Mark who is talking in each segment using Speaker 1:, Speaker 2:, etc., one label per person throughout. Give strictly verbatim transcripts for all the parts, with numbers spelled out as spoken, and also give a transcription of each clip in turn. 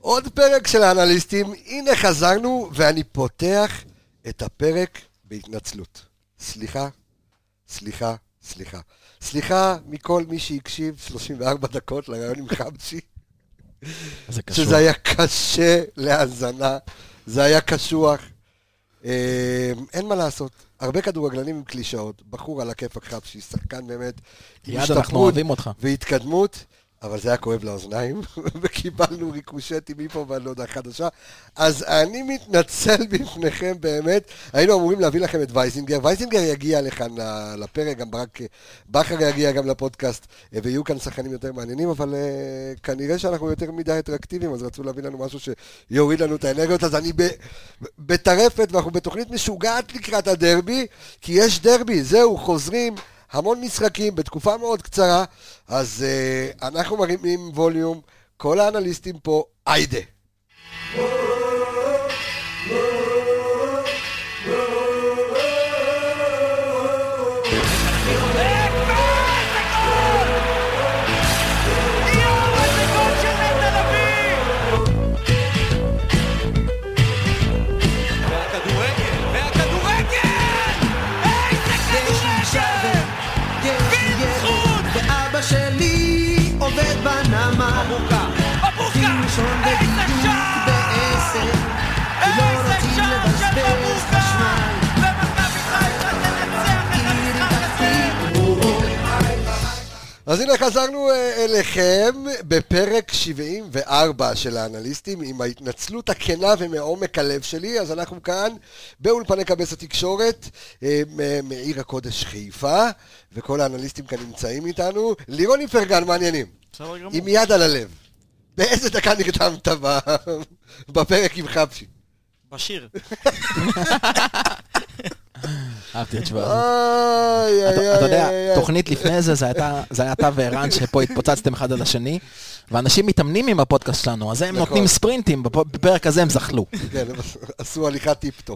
Speaker 1: עוד פרק של האנליסטים, הנה חזרנו, ואני פותח את הפרק בהתנצלות. סליחה, סליחה, סליחה. סליחה מכל מי שהקשיב שלושים וארבע דקות לרעיון עם חבצ'י. שזה היה קשה להאזנה, זה היה קשוח. אין מה לעשות, הרבה כדורגלנים עם קלישאות, בחור על הכיפק חבצ'י, שחקן באמת,
Speaker 2: יד אנחנו אוהבים אותך.
Speaker 1: והתקדמות. אבל זה היה כואב לאוזניים, וקיבלנו ריקושטים מפה ואני לא יודע חדשה. אז אני מתנצל בפניכם באמת, היינו אמורים להביא לכם את וייזינגר, וייזינגר יגיע לכאן לפרק, גם ברק בכר יגיע גם לפודקאסט, ויהיו כאן שחקנים יותר מעניינים, אבל uh, כנראה שאנחנו יותר מדי אטרקטיביים, אז רצו להביא לנו משהו שיוריד לנו את האנרגיות, אז אני בטרפת, ואנחנו בתוכנית משוגעת לקראת הדרבי, כי יש דרבי, זהו, חוזרים, המון משחקים בתקופה מאוד קצרה, אז uh, אנחנו מרימים ווליום, כל האנליסטים פה, איידה. אז הנה חזרנו אליכם בפרק שבעים וארבע של האנליסטים עם ההתנצלות הכנה ומעומק הלב שלי. אז אנחנו כאן באולפני קבס התקשורת מעיר הקודש חיפה, וכל האנליסטים כאן נמצאים איתנו. לירוני פרגן, מעניינים עם יד על הלב, באיזה דקה נרדמת בפרק עם חבצ'י?
Speaker 3: בשיר.
Speaker 2: אהבתי את שבוע הזאת. אתה יודע, תוכנית לפני זה, זה היה אתה וערן שפה התפוצצתם אחד על השני, ואנשים מתאמנים עם הפודקאסט שלנו, אז הם נותנים ספרינטים, בפרק הזה הם זכלו. כן,
Speaker 1: עשו הליכה טיפ-טופ.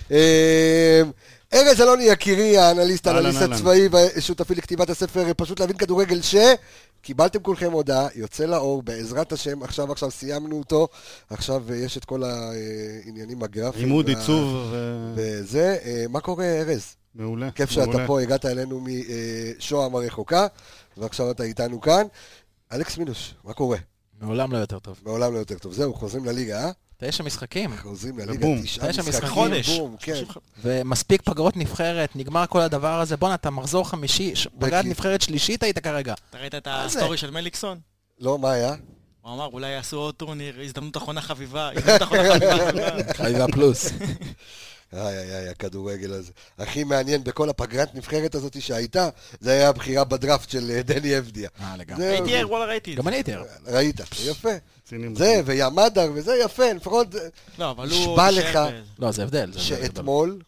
Speaker 1: ארז אלוני יקירי, האנליסט, האנליסט הצבאי ושותפי לכתיבת הספר, פשוט להבין כדורגל ש... קיבלתם כולכם הודעה, יוצא לאור, בעזרת השם, עכשיו עכשיו סיימנו אותו, עכשיו יש את כל העניינים הגרפיים.
Speaker 4: לימוד, עיצוב
Speaker 1: וזה. מה קורה, ארז?
Speaker 4: מעולה.
Speaker 1: כיף שאתה פה, הגעת אלינו משוהם הרחוקה, ועכשיו אתה איתנו כאן. אלכס מינוש, מה קורה?
Speaker 2: מעולם לא יותר טוב.
Speaker 1: מעולם לא יותר טוב. זהו, חוזרים לליגה, אה?
Speaker 2: תשע משחקים.
Speaker 1: חוזרים לליגה, תשעה משחקים.
Speaker 3: חודש.
Speaker 2: ומספיק פגרות נבחרת, נגמר כל הדבר הזה. בוא נתה, מחזור חמישי, פגרת נבחרת שלישית היית כרגע.
Speaker 3: אתה ראית את הסטורי של מליקסון?
Speaker 1: לא, מה היה?
Speaker 3: הוא אמר, אולי יעשו עוד טורניר, הזדמנות אחרונה חביבה, הזדמנות אחרונה חביבה.
Speaker 2: חביבה פלוס.
Speaker 1: איי, איי, איי, הכדורגל הזה. הכי מעניין בכל הפגרת נבחרת הזאת שהייתה, זה היה הבחירה בדראפט של דני אבדיה.
Speaker 2: אה, לגמרי.
Speaker 3: הייתי ער, וואלה ראיתי.
Speaker 2: גם אני הייתי ער.
Speaker 1: ראית, יפה. זה, וימדר, וזה יפה, לפחות נשבע לך.
Speaker 2: לא, זה הבדל.
Speaker 1: שאתמול,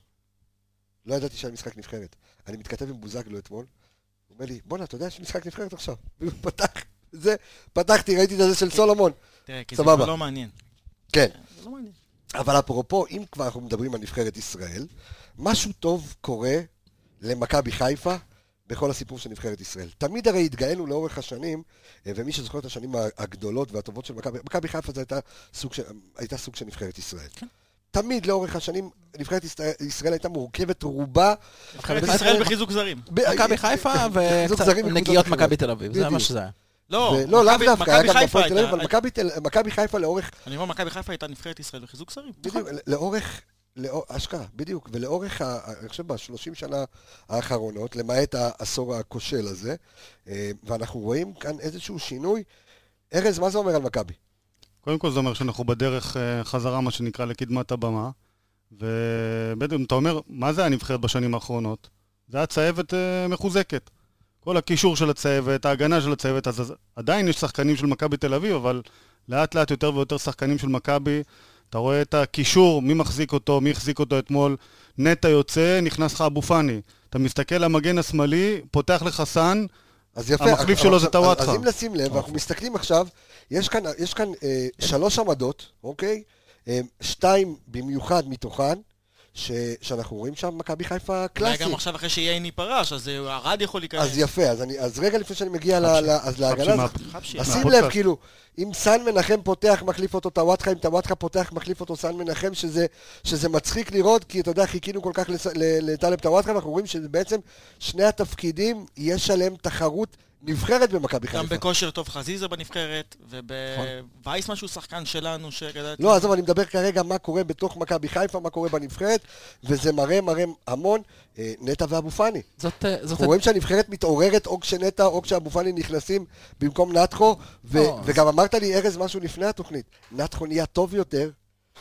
Speaker 1: לא ידעתי שהמשחק נבחרת. אני מתכתב עם בוזגלו אתמול, הוא אומר לי, בוא'נה, אתה יודע שמשחק נבחרת עכשיו? והוא פתח, זה, פתחתי, ראיתי את זה של סולומון.
Speaker 3: תראה, כי זה כבר לא מעניין.
Speaker 1: כן.
Speaker 3: זה לא מעניין.
Speaker 1: אבל אפרופו, אם כבר אנחנו מדברים על נבחרת ישראל, משהו טוב קורה למכבי חיפה בכל הסיפור של נבחרת ישראל. תמיד הרי התגאינו לאורך השנים, ומי שזוכר את השנים הגדולות והטובות של מכבי, מכבי חיפה זה הייתה סוג של, הייתה סוג של נבחרת ישראל. כן. תמיד לאורך השנים, נבחרת ישראל הייתה מורכבת רובה.
Speaker 3: נבחרת ישראל בחיזוק זרים.
Speaker 2: מכבי חיפה ונגיעות מכבי תל אביב, זה מה שזה היה.
Speaker 3: לא,
Speaker 1: לא, לאו דווקא, היה גם בפועל תל אביב, אבל מכבי חיפה לאורך...
Speaker 3: אני אומר, מכבי חיפה הייתה נבחרת ישראל בחיזוק שרים.
Speaker 1: בדיוק, לאורך, אשכרה, בדיוק, ולאורך, אני חושב, בשלושים שנה האחרונות, למעט העשור הכושל הזה, ואנחנו רואים כאן איזשהו שינוי. ארז, מה זה אומר על מכבי?
Speaker 4: קודם כל זה אומר שאנחנו בדרך חזרה, מה שנקרא, לקדמת הבמה, ובעצם אתה אומר, מה זה הנבחרת בשנים האחרונות? זה הצהבת מחוזקת. כל הקישור של הצוות, ההגנה של הצוות, אז עדיין יש שחקנים של מכבי תל אביב, אבל לאט לאט יותר ויותר שחקנים של מכבי, אתה רואה את הקישור, מי מחזיק אותו, מי החזיק אותו אתמול, נטע יוצא, נכנס לך אבו פני. אתה מסתכל למגן השמאלי, פותח לך סן, המחליף שלו זה טוואטחה.
Speaker 1: אז אם לשים לב, אנחנו מסתכלים עכשיו, יש כאן, יש כאן אה, שלוש עמדות, אוקיי? אה, שתיים במיוחד מתוכן, ש, שאנחנו רואים שם מכבי חיפה קלאסי.
Speaker 3: גם עכשיו אחרי שייני פרש, אז הרד יכול להיכנס.
Speaker 1: אז יפה, אז, אני, אז רגע לפני שאני מגיע להגנה, אז שים לב, כאילו, אם סן מנחם פותח, מחליף אותו טוואטחה, אם טוואטחה פותח, מחליף אותו סן מנחם, שזה, שזה מצחיק לראות, כי אתה יודע, חיכינו כל כך לטלב טוואטחה, אנחנו רואים שבעצם שני התפקידים, יש עליהם תחרות נבחרת במכבי חיפה.
Speaker 3: גם בכושר טוב חזיזה בנבחרת, ובווייסמן שהוא שחקן שלנו, שגדלתי.
Speaker 1: לא, אז אבל אני מדבר כרגע מה קורה בתוך מכבי חיפה, מה קורה בנבחרת, וזה מראה, מראה המון, נטע ואבו פאני. זאת... אנחנו רואים שהנבחרת מתעוררת או כשנטע או כשאבו פאני נכנסים במקום נתחו, וגם אמרת לי ארז משהו לפני התוכנית, נתחו נהיה טוב יותר,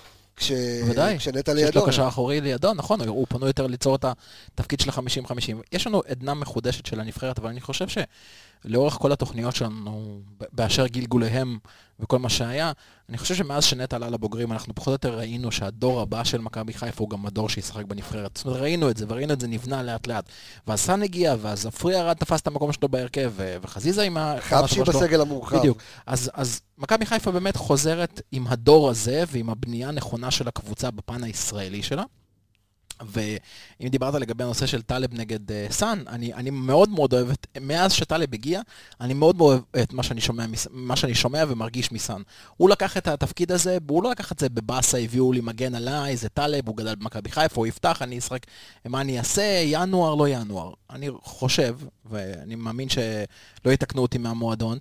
Speaker 1: כשנטע לידו.
Speaker 2: שיש לו קשר אחורי לידו, נכון, הוא פנו יותר ליצור את התפקיד של ה-חמישים חמישים. יש לנו עדנה מחודשת של הנבחרת, אבל אני חושב שלאורך כל התוכניות שלנו, באשר גלגוליהם וכל מה שהיה, אני חושב שמאז שנטע עלה לבוגרים, אנחנו פחות או יותר ראינו שהדור הבא של מכבי חיפה הוא גם הדור שישחק בנבחרת. זאת אומרת, ראינו את זה, וראינו את זה נבנה לאט לאט. ואז סן הגיע, ואז אפרי ארד תפס את המקום שלו בהרכב, וחזיזה עם ה...
Speaker 1: חבשי בסגל המורחב.
Speaker 2: בדיוק. אז, אז מכבי חיפה באמת חוזרת עם הדור הזה, ועם הבנייה הנכונה של הקבוצה בפן הישראלי שלה. ואם דיברת לגבי הנושא של טלב נגד uh, סן, אני, אני מאוד מאוד אוהב, את, מאז שטלב הגיע, אני מאוד מאוד אוהב את מה שאני שומע, מה שאני שומע ומרגיש מסן. הוא לקח את התפקיד הזה, הוא לא לקח את זה בבאסה, הביאו לי מגן עליי, זה טלב, הוא גדל במכבי חיפה, הוא יפתח, אני אשחק, מה אני אעשה, ינואר, לא ינואר. אני חושב, ואני מאמין שלא יתקנו אותי מהמועדון,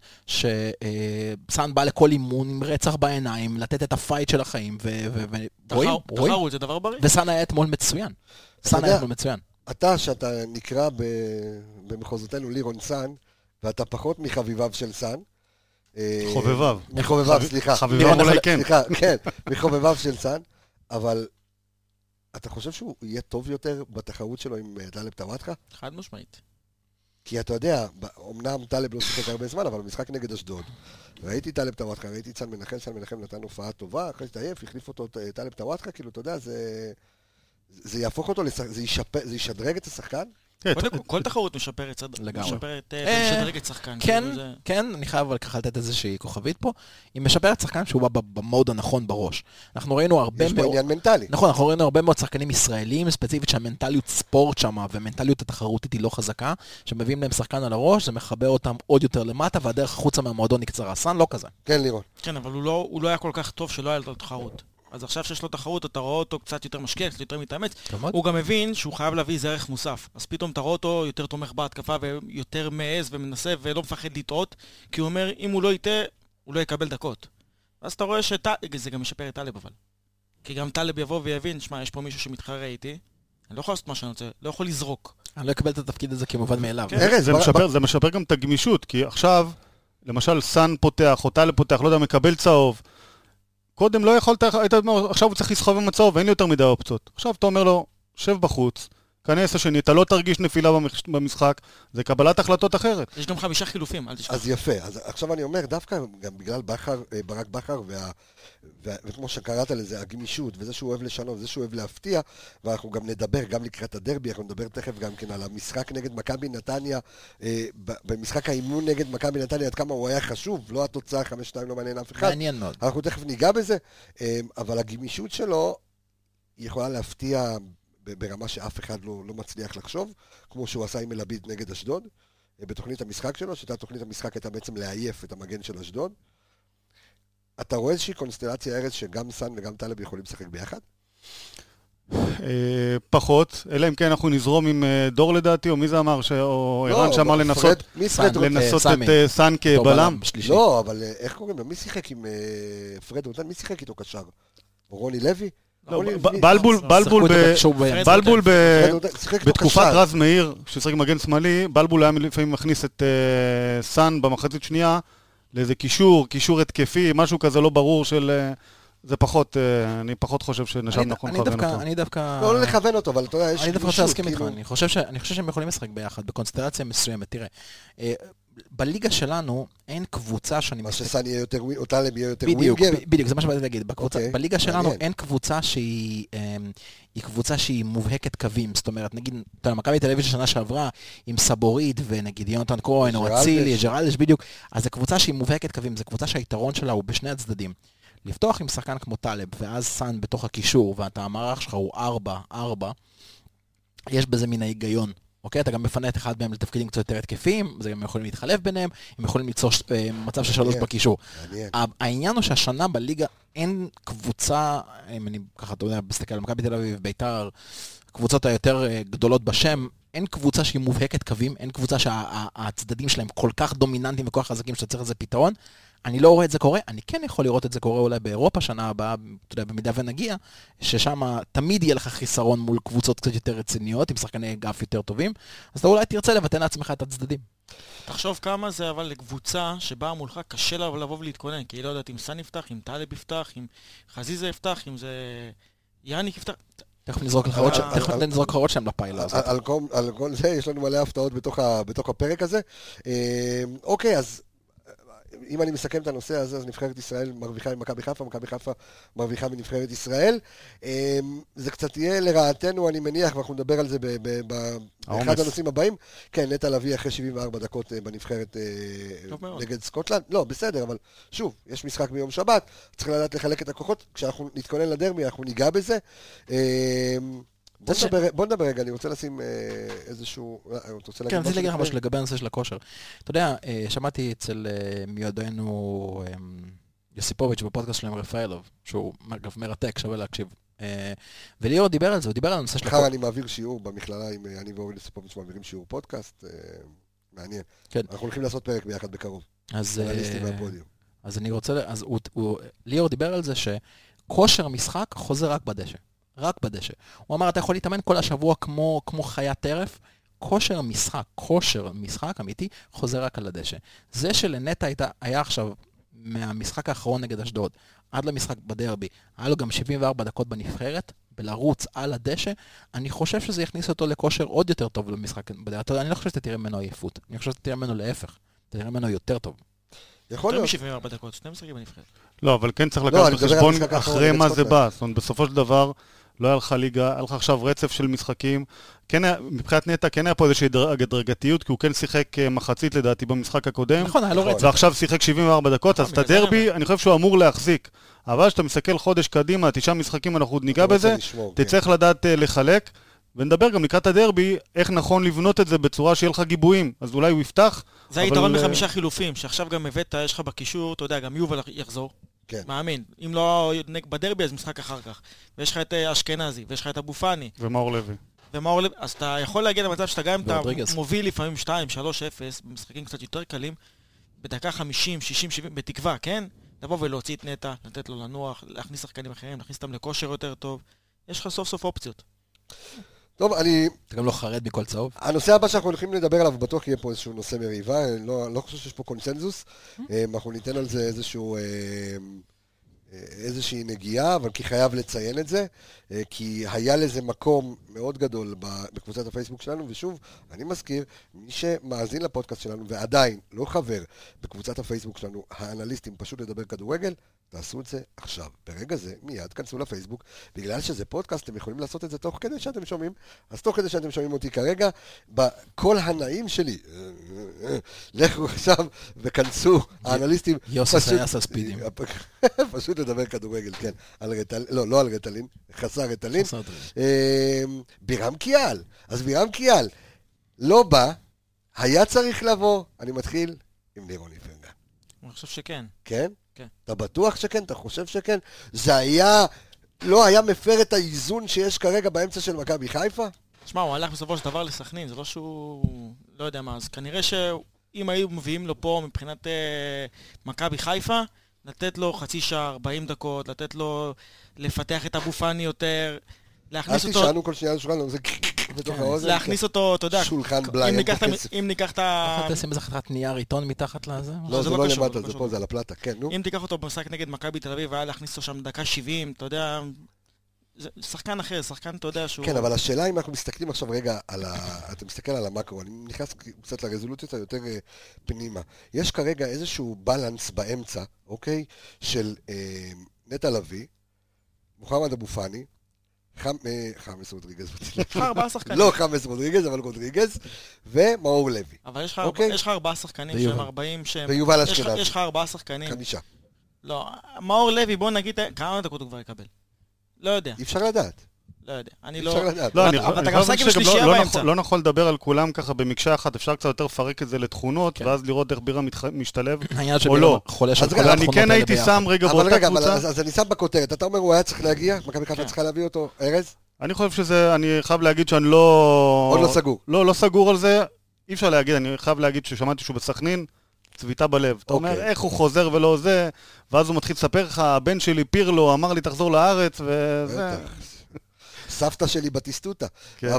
Speaker 2: שסן בא לכל אימון עם רצח בעיניים, לתת את הפייט של החיים, ורואים,
Speaker 3: תחרות זה דבר בריא.
Speaker 2: וסן היה אתמול מצוין. סן היה אתמול מצוין.
Speaker 1: אתה, שאתה נקרא במחוזותינו לירון סן, ואתה פחות מחביביו של סן.
Speaker 4: חובביו.
Speaker 1: מחובביו, סליחה.
Speaker 4: חביביו אולי כן.
Speaker 1: סליחה, כן, מחובביו של סן, אבל אתה חושב שהוא יהיה טוב יותר בתחרות שלו עם טלב טוואטחה?
Speaker 3: חד משמעית.
Speaker 1: כי אתה יודע, אמנם טלב לא שיחק הרבה זמן, אבל משחק נגד אשדוד. ראיתי טלב טוואטחה, ראיתי סן מנחם, סן מנחם נתן הופעה טובה, אחרי שתעייף, החליף אותו טלב טוואטחה, כאילו, אתה יודע, זה... זה יהפוך אותו, זה ישדרג את השחקן?
Speaker 3: כל תחרות משפרת משדרגת שחקן.
Speaker 2: כן, כן, אני חייב לקחת לתת איזושהי כוכבית פה. היא משפרת שחקן שהוא בא במוד הנכון בראש. אנחנו ראינו הרבה מאוד...
Speaker 1: יש פה עניין מנטלי.
Speaker 2: נכון, אנחנו ראינו הרבה מאוד שחקנים ישראלים, ספציפית שהמנטליות ספורט שם, והמנטליות התחרותית היא לא חזקה, שמביאים להם שחקן על הראש, זה מחבר אותם עוד יותר למטה, והדרך החוצה מהמועדון נקצרה. סן לא כזה.
Speaker 1: כן, לירון.
Speaker 3: כן, אבל הוא לא היה כל כך טוב שלא היה לו תחרות. אז עכשיו שיש לו תחרות, אתה רואה אותו קצת יותר משקיע, קצת יותר מתאמץ. הוא גם מבין שהוא חייב להביא איזה ערך מוסף. אז פתאום אתה רואה אותו יותר תומך בהתקפה ויותר מעז ומנסה ולא מפחד לטעות, כי הוא אומר, אם הוא לא יטעה, הוא לא יקבל דקות. אז אתה רואה שזה גם משפר את טלב אבל. כי גם טלב יבוא ויבין, שמע, יש פה מישהו שמתחרה איתי, אני לא יכול לעשות מה שאני רוצה, לא יכול לזרוק.
Speaker 2: אני לא אקבל את התפקיד הזה כמובן מאליו.
Speaker 4: זה משפר גם את הגמישות, כי עכשיו, למשל, סן פותח, או טלב פותח, לא יודע, מקבל צהוב. קודם לא יכולת, עכשיו הוא צריך לסחוב עם הצהוב, ואין לי יותר מדי אופציות. עכשיו אתה אומר לו, שב בחוץ, כנס השני, אתה לא תרגיש נפילה במשחק, זה קבלת החלטות אחרת.
Speaker 3: יש גם חמישה חילופים, אל תשכח.
Speaker 1: אז יפה, אז עכשיו אני אומר, דווקא גם בגלל בחר, ברק בחר, וכמו שקראת לזה, הגמישות, וזה שהוא אוהב לשנות, וזה שהוא אוהב להפתיע, ואנחנו גם נדבר, גם לקראת הדרבי, אנחנו נדבר תכף גם כן על המשחק נגד מכבי נתניה, במשחק האימון נגד מכבי נתניה, עד כמה הוא היה חשוב, לא התוצאה חמש שתיים לא מעניין אף אחד.
Speaker 2: מעניין מאוד.
Speaker 1: אנחנו תכף ניגע בזה, אבל הגמישות שלו יכולה להפתיע ברמה שאף אחד לא, לא מצליח לחשוב, כמו שהוא עשה עם אלביד נגד אשדוד, בתוכנית המשחק שלו, שאתה תוכנית המשחק הייתה בעצם להעייף את המגן של אשדוד. אתה רואה איזושהי קונסטלציה ארץ שגם סן וגם טלב יכולים לשחק ביחד?
Speaker 4: פחות, אלא אם כן אנחנו נזרום עם דור לדעתי, או מי זה אמר, או ערן שאמר לנסות את סן כבלם.
Speaker 1: לא, אבל איך קוראים לו? מי שיחק עם פרד רוטן? מי שיחק איתו קשר? רוני לוי?
Speaker 4: בלבול, בלבול, בלבול בתקופת רז מאיר, ששחק מגן שמאלי, בלבול היה לפעמים מכניס את סן במחצית שנייה, לאיזה קישור, קישור התקפי, משהו כזה לא ברור של... זה פחות, אני פחות חושב שנשם נכון לכוון אותו.
Speaker 2: אני דווקא...
Speaker 1: לא לכוון אותו, אבל אתה יודע, יש...
Speaker 2: אני דווקא רוצה להסכים איתך, אני חושב שהם יכולים לשחק ביחד, בקונסטלציה מסוימת, תראה. בליגה שלנו אין קבוצה שאני...
Speaker 1: מה שסן יהיה יותר, או טלב יהיה יותר ווינגר?
Speaker 2: בדיוק, זה מה שבאתי להגיד. בליגה שלנו אין קבוצה שהיא קבוצה שהיא מובהקת קווים. זאת אומרת, נגיד, מכבי תל אביב של שנה שעברה, עם סבורית, ונגיד יונתן כהן, או אצילי, ג'רלדש, בדיוק. אז זו קבוצה שהיא מובהקת קווים, זו קבוצה שהיתרון שלה הוא בשני הצדדים. לפתוח עם שחקן כמו טלב, ואז סן בתוך הקישור, ואתה המערך שלך הוא ארבע, ארבע, יש בזה מן ההיגיון. אוקיי? אתה גם מפנה את אחד מהם לתפקידים קצת יותר התקפיים, זה גם יכולים להתחלף ביניהם, הם יכולים ליצור מצב של שלוש בקישור. העניין הוא שהשנה בליגה אין קבוצה, אם אני ככה, אתה יודע, מסתכל על מכבי תל אביב, בית"ר, הקבוצות היותר גדולות בשם, אין קבוצה שהיא מובהקת קווים, אין קבוצה שהצדדים שלהם כל כך דומיננטיים וכל כך חזקים שאתה צריך לזה פתרון. אני לא רואה את זה קורה, אני כן יכול לראות את זה קורה אולי באירופה שנה הבאה, אתה יודע, במידה ונגיע, ששם תמיד יהיה לך חיסרון מול קבוצות קצת יותר רציניות, עם שחקני גף יותר טובים, אז אתה אולי תרצה לבטן לעצמך את הצדדים.
Speaker 3: תחשוב כמה זה אבל לקבוצה שבאה מולך קשה לה לבוא ולהתכונן, כי היא לא יודעת אם סן יפתח, אם טלב יפתח, אם חזיזה יפתח, אם זה יאניק יפתח.
Speaker 2: תכף נזרוק לך עוד שם לפיילה הזאת.
Speaker 1: על כל זה יש לנו מלא הפתעות בתוך הפרק הזה. אוקיי, אז אם אני מסכם את הנושא הזה, אז נבחרת ישראל מרוויחה עם מכבי חיפה, מכבי חיפה מרוויחה מנבחרת ישראל. זה קצת יהיה לרעתנו, אני מניח, ואנחנו נדבר על זה באחד הנושאים הבאים. כן, נטע לביא אחרי שבעים וארבע דקות בנבחרת נגד סקוטלנד. לא, בסדר, אבל שוב, יש משחק ביום שבת, צריך לדעת לחלק את הכוחות. כשאנחנו נתכונן לדרבי, אנחנו ניגע בזה. בוא נדבר, בוא נדבר רגע, אני רוצה לשים איזשהו...
Speaker 2: כן, אני רוצה להגיד לך משהו לגבי הנושא של הכושר. אתה יודע, שמעתי אצל מיודענו יוסיפוביץ' בפודקאסט שלהם רפאלוב, שהוא מרתק, שווה להקשיב. וליאור דיבר על זה, הוא דיבר על הנושא של הכושר.
Speaker 1: מחר אני מעביר שיעור במכללה, עם אני ואורי יוסיפוביץ' מעבירים שיעור פודקאסט, מעניין. אנחנו הולכים לעשות פרק ביחד בקרוב.
Speaker 2: אז אני רוצה... אז ליאור דיבר על זה שכושר משחק חוזר רק בדשא. רק בדשא. הוא אמר, אתה יכול להתאמן כל השבוע כמו, כמו חיית טרף, כושר משחק, כושר משחק אמיתי, חוזר רק על הדשא. זה שלנטע הייתה, היה עכשיו, מהמשחק האחרון נגד אשדוד, עד למשחק בדרבי, היה לו גם שבעים וארבע דקות בנבחרת, בלרוץ על הדשא, אני חושב שזה יכניס אותו לכושר עוד יותר טוב למשחק בדרבי. אני לא חושב שאתה תראה ממנו עייפות, אני חושב שאתה תראה ממנו להפך, אתה תראה ממנו יותר טוב.
Speaker 3: יכול להיות. יותר מ-שבעים וארבע דקות, שני משחקים בנבחרת.
Speaker 4: לא, אבל כן צריך לקחת בחשבון אחרי מה זה בא. זאת אומרת, בסופו של דבר, לא היה לך ליגה, היה לך עכשיו רצף של משחקים. כן, מבחינת נטע, כן היה פה איזושהי הדרגתיות, כי הוא כן שיחק מחצית לדעתי במשחק הקודם.
Speaker 2: נכון, היה לו רצף.
Speaker 4: ועכשיו שיחק שבעים וארבע דקות, אז את הדרבי, אני חושב שהוא אמור להחזיק. אבל כשאתה מסתכל חודש קדימה, תשעה משחקים, אנחנו עוד ניגע בזה, תצטרך לדעת לחלק, ונדבר גם לקראת הדרבי, איך נכון לבנות את זה בצורה שיהיה לך גיבויים. אז אולי הוא יפתח.
Speaker 3: זה היתרון בחמישה חילופים, שעכשיו גם הבאת, יש לך בקישור, אתה יודע, גם יובל יחזור.
Speaker 1: כן.
Speaker 3: מאמין. אם לא בדרבי, אז משחק אחר כך. ויש לך את אשכנזי, ויש לך את אבו פאני.
Speaker 4: ומאור לוי.
Speaker 3: ומאור לוי. אז אתה יכול להגיע למצב שאתה גם אתה מוביל לפעמים שתיים, שלוש, אפס, במשחקים קצת יותר קלים, בדקה חמישים, שישים, שבעים, בתקווה, כן? לבוא ולהוציא את נטע, לתת לו לנוח, להכניס שחקנים אחרים, להכניס אותם לכושר יותר טוב. יש לך סוף סוף אופציות.
Speaker 1: טוב, אני...
Speaker 2: אתה גם לא חרד מכל צהוב.
Speaker 1: הנושא הבא שאנחנו הולכים לדבר עליו, בטוח יהיה פה איזשהו נושא מריבה, אני לא, לא חושב שיש פה קונסנזוס, אנחנו ניתן על זה איזשהו, איזושהי נגיעה, אבל כי חייב לציין את זה, כי היה לזה מקום מאוד גדול בקבוצת הפייסבוק שלנו, ושוב, אני מזכיר, מי שמאזין לפודקאסט שלנו ועדיין לא חבר בקבוצת הפייסבוק שלנו, האנליסטים פשוט לדבר כדורגל, תעשו את זה עכשיו. ברגע זה, מיד, כנסו לפייסבוק. בגלל שזה פודקאסט, אתם יכולים לעשות את זה תוך כדי שאתם שומעים. אז תוך כדי שאתם שומעים אותי כרגע, בכל הנעים שלי, לכו עכשיו וכנסו, האנליסטים.
Speaker 2: יוסף היה סספידים.
Speaker 1: פשוט לדבר כדורגל, כן. לא, לא על רטלין, חסר רטלין. בירם קיאל. אז בירם קיאל לא בא, היה צריך לבוא. אני מתחיל עם לירון איפרגן.
Speaker 3: אני חושב שכן.
Speaker 1: כן?
Speaker 3: כן.
Speaker 1: אתה בטוח שכן? אתה חושב שכן? זה היה, לא היה מפר את האיזון שיש כרגע באמצע של מכבי חיפה?
Speaker 3: תשמע, הוא הלך בסופו של דבר לסכנין, זה לא שהוא, לא יודע מה, אז כנראה שאם היו מביאים לו פה מבחינת אה, מכבי חיפה, לתת לו חצי שעה, ארבעים דקות, לתת לו לפתח את אבו פאני יותר, להכניס אותו...
Speaker 1: אז תשענו כל שנייה לשולחן, זה בתוך האוזן.
Speaker 3: להכניס אותו, אתה יודע,
Speaker 1: שולחן בליין.
Speaker 3: אם ניקח את ה...
Speaker 2: אתה תשים איזה חתיכת נייר עיתון מתחת לזה?
Speaker 1: לא, זה לא למטה, זה פה, זה על הפלטה, כן, נו.
Speaker 3: אם תיקח אותו במשחק נגד מכבי תל אביב, והיה להכניס אותו שם דקה שבעים, אתה יודע... שחקן אחר, שחקן, אתה יודע שהוא...
Speaker 1: כן, אבל השאלה אם אנחנו מסתכלים עכשיו רגע על ה... אתה מסתכל על המקרו, אני נכנס קצת לרזולוציות היותר פנימה. יש כרגע איזשהו בלנס באמצע, אוקיי? של נטע לביא, מוחמד אבו פאני, חמאס רודריגז.
Speaker 3: יש לך ארבעה שחקנים.
Speaker 1: לא חמאס רודריגז, אבל רודריגז, ומאור לוי.
Speaker 3: אבל יש לך ארבעה שחקנים שהם ארבעים שהם...
Speaker 1: ויובל אשכנזי.
Speaker 3: יש לך ארבעה שחקנים.
Speaker 1: חמישה.
Speaker 3: לא, מאור לוי, בוא נגיד, כמה דקות הוא כבר יקבל? לא יודע.
Speaker 1: אי אפשר לדעת.
Speaker 3: לא יודע. אני
Speaker 1: לא...
Speaker 4: לא, אבל אתה גם משחק עם שלישייה באמצע. לא נכון לדבר על כולם ככה במקשה אחת, אפשר קצת יותר לפרק את זה לתכונות, ואז לראות איך בירה משתלב, או לא. אני כן הייתי שם רגע באותה קבוצה.
Speaker 1: אז אני שם בכותרת, אתה אומר הוא היה צריך להגיע? מכבי חיפה צריכה להביא אותו, ארז?
Speaker 4: אני חושב שזה, אני חייב להגיד שאני לא...
Speaker 1: עוד לא סגור.
Speaker 4: לא, לא סגור על זה, אי אפשר להגיד, אני חייב להגיד ששמעתי שהוא בסכנין, צביטה בלב. אתה אומר, איך הוא חוזר ולא זה, ואז הוא מתחיל לספר לך, הבן שלי פירלו, אמר לי תחזור לארץ, וזה...
Speaker 1: סבתא שלי בטיסטוטה.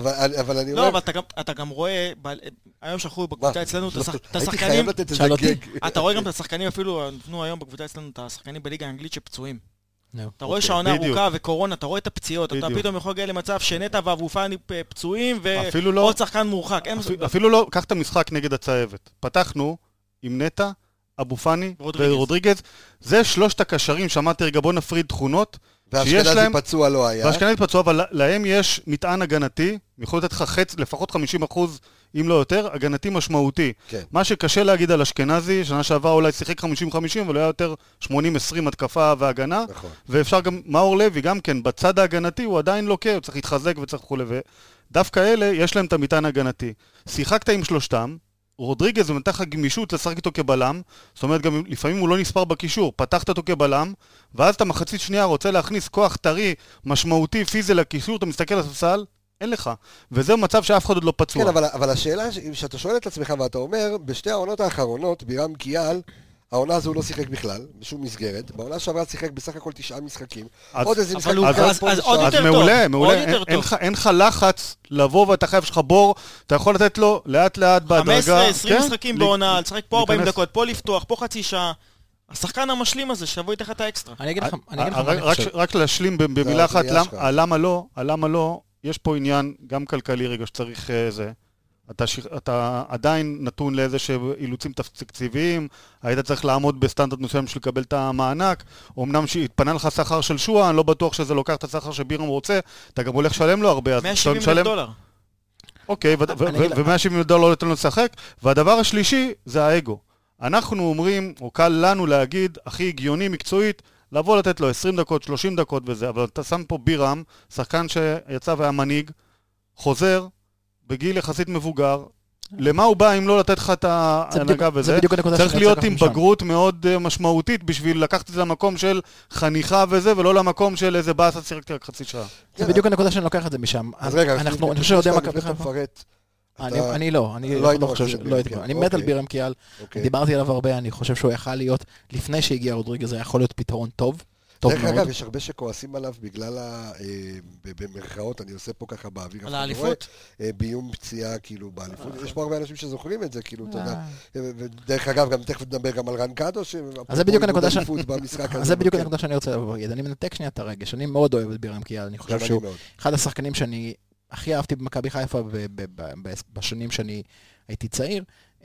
Speaker 1: אבל אני רואה...
Speaker 3: לא, אבל אתה גם רואה, היום שלחו בקבוצה אצלנו את השחקנים...
Speaker 1: הייתי חייב לתת איזה גג.
Speaker 3: אתה רואה גם את השחקנים, אפילו נתנו היום בקבוצה אצלנו את השחקנים בליגה האנגלית שפצועים. אתה רואה שהעונה ארוכה וקורונה, אתה רואה את הפציעות, אתה פתאום יכול להגיע למצב שנטע ואבופני פצועים ועוד שחקן מורחק.
Speaker 4: אפילו לא, קח את המשחק נגד הצהבת. פתחנו עם נטע, אבופני ורודריגז. זה שלושת הקשרים, שמעתי רגע, בוא נפריד תכונות.
Speaker 1: והאשכנזי פצוע לא היה.
Speaker 4: והאשכנזי פצוע, אבל להם יש מטען הגנתי, יכול לתת לך חץ, לפחות חמישים אחוז, אם לא יותר, הגנתי משמעותי. כן. מה שקשה להגיד על אשכנזי, שנה שעברה אולי שיחק חמישים חמישים, אבל היה יותר שמונים עשרים התקפה והגנה. נכון. ואפשר גם, מאור לוי, גם כן, בצד ההגנתי הוא עדיין לוקה, הוא צריך להתחזק וצריך חולה. ודווקא אלה, יש להם את המטען הגנתי. שיחקת עם שלושתם, רודריגז ונתן לך גמישות לשחק איתו כבלם, זאת אומרת גם לפעמים הוא לא נספר בקישור, פתחת אותו כבלם, ואז אתה מחצית שנייה רוצה להכניס כוח טרי, משמעותי, פיזי לקישור, אתה מסתכל על הספסל, אין לך. וזה מצב שאף אחד עוד לא פצוע.
Speaker 1: כן, אבל, אבל השאלה, שאתה שואל את עצמך ואתה אומר, בשתי העונות האחרונות, בירם קיאל, העונה הזו לא שיחק בכלל, בשום מסגרת. בעונה שעברה שיחק בסך הכל תשעה משחקים. עוד איזה משחק.
Speaker 3: אז
Speaker 4: מעולה, מעולה. אין לך לחץ לבוא ואתה חייב שלך בור, אתה יכול לתת לו לאט לאט בהדרגה.
Speaker 3: חמש עשרה עשרים משחקים בעונה, לשחק פה ארבעים דקות, פה לפתוח, פה חצי שעה. השחקן המשלים הזה, שבוא איתך את האקסטרה.
Speaker 2: אני אגיד לך מה אני חושב.
Speaker 4: רק להשלים במילה אחת, למה לא, למה לא, יש פה עניין גם כלכלי רגע שצריך זה. אתה, ש... אתה עדיין נתון לאיזה שאילוצים תקציביים, היית צריך לעמוד בסטנדרט מסוים של לקבל את המענק, אמנם שהתפנה לך שכר של שואה, אני לא בטוח שזה לוקח את השכר שבירם רוצה, אתה גם הולך לשלם לו הרבה.
Speaker 3: מאה שבעים אלף דולר.
Speaker 4: אוקיי, ו-מאה שבעים אלף דולר לא נתן לו לשחק, והדבר השלישי זה האגו. אנחנו אומרים, או קל לנו להגיד, הכי הגיוני מקצועית, לבוא לתת לו עשרים דקות, שלושים דקות וזה, אבל אתה שם פה בירם, שחקן שיצא והיה מנהיג, חוזר, בגיל יחסית מבוגר, למה הוא בא אם לא לתת לך את ההנהגה וזה? צריך להיות עם בגרות מאוד משמעותית בשביל לקחת את זה למקום של חניכה וזה, ולא למקום של איזה באסה שיחקתי רק חצי שעה.
Speaker 2: זה בדיוק הנקודה שאני לוקח את זה משם.
Speaker 1: אז רגע,
Speaker 2: אני חושב שיודע מה ככה מפרט. אני לא, אני לא חושב, לא הייתי, אני מת על בירם קיאל, דיברתי עליו הרבה, אני חושב שהוא יכל להיות, לפני שהגיע רודריגז, זה יכול להיות פתרון טוב.
Speaker 1: דרך אגב, יש הרבה שכועסים עליו בגלל, במרכאות, אני עושה פה ככה באוויר.
Speaker 3: על האליפות?
Speaker 1: ביום פציעה, כאילו, באליפות. יש פה הרבה אנשים שזוכרים את זה, כאילו, אתה יודע. ודרך אגב, גם תכף נדבר גם על רן קאדו,
Speaker 2: אז זה בדיוק הנקודה אז זה בדיוק הנקודה שאני רוצה להגיד. אני מנתק שנייה את הרגש, אני מאוד אוהב את בירם קיאל, אני חושב שהוא אחד השחקנים שאני הכי אהבתי במכבי חיפה בשנים שאני הייתי צעיר.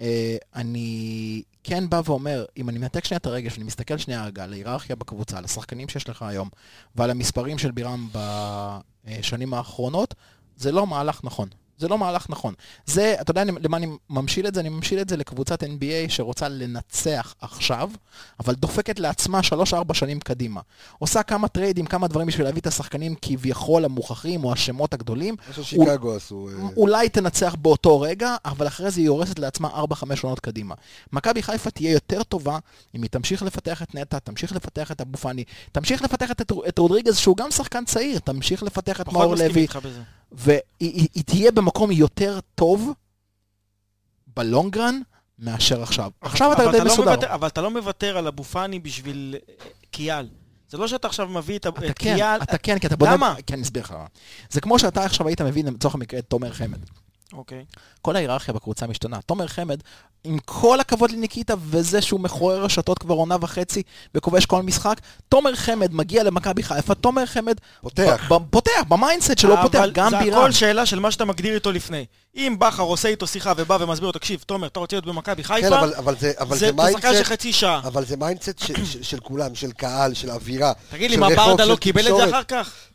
Speaker 2: אני כן בא ואומר, אם אני מנתק שנייה את הרגש, אני מסתכל שנייה רגע על ההיררכיה בקבוצה, על השחקנים שיש לך היום, ועל המספרים של בירם בשנים האחרונות, זה לא מהלך נכון. זה לא מהלך נכון. זה, אתה יודע למה אני ממשיל את זה? אני ממשיל את זה לקבוצת אן בי איי שרוצה לנצח עכשיו, אבל דופקת לעצמה שלוש ארבע שנים קדימה. עושה כמה טריידים, כמה דברים בשביל להביא את השחקנים כביכול המוכחים או השמות הגדולים.
Speaker 1: משהו שיקגו עשו.
Speaker 2: אולי תנצח באותו רגע, אבל אחרי זה היא הורסת לעצמה ארבע חמש שנות קדימה. מכבי חיפה תהיה יותר טובה אם היא תמשיך לפתח את נטע, תמשיך לפתח את אבופני, תמשיך לפתח את, את רודריגז שהוא גם שחקן צעיר, תמשיך לפתח את מאור לוי. והיא תהיה במקום יותר טוב בלונגרן מאשר עכשיו. עכשיו אתה יודע מסודר.
Speaker 3: אבל אתה לא מוותר על אבופני בשביל קיאל. זה לא שאתה עכשיו מביא את קיאל.
Speaker 2: אתה כן, כי אתה בונה... למה? כן, נסביר לך. זה כמו שאתה עכשיו היית מביא לצורך המקרה את תומר חמד.
Speaker 3: אוקיי.
Speaker 2: כל ההיררכיה בקבוצה משתנה. תומר חמד, עם כל הכבוד לניקיטה וזה שהוא מכוער רשתות כבר עונה וחצי וכובש כל משחק, תומר חמד מגיע למכבי חיפה, תומר חמד
Speaker 1: פותח,
Speaker 2: ב- ב- פותח, במיינדסט שלו פותח, גם בירם.
Speaker 3: זה הכל שאלה של מה שאתה מגדיר איתו לפני. אם בכר עושה איתו שיחה ובא ומסביר לו, תקשיב, תומר, אתה רוצה להיות במכבי חיפה,
Speaker 1: כן, אבל, אבל זה, אבל
Speaker 3: זה,
Speaker 1: זה מיינדסט,
Speaker 3: של חצי שעה.
Speaker 1: אבל זה מיינדסט של, של, של כולם, של קהל, של אווירה.
Speaker 3: תגיד לי, מה ברדה לא קיבל את זה אחר כך?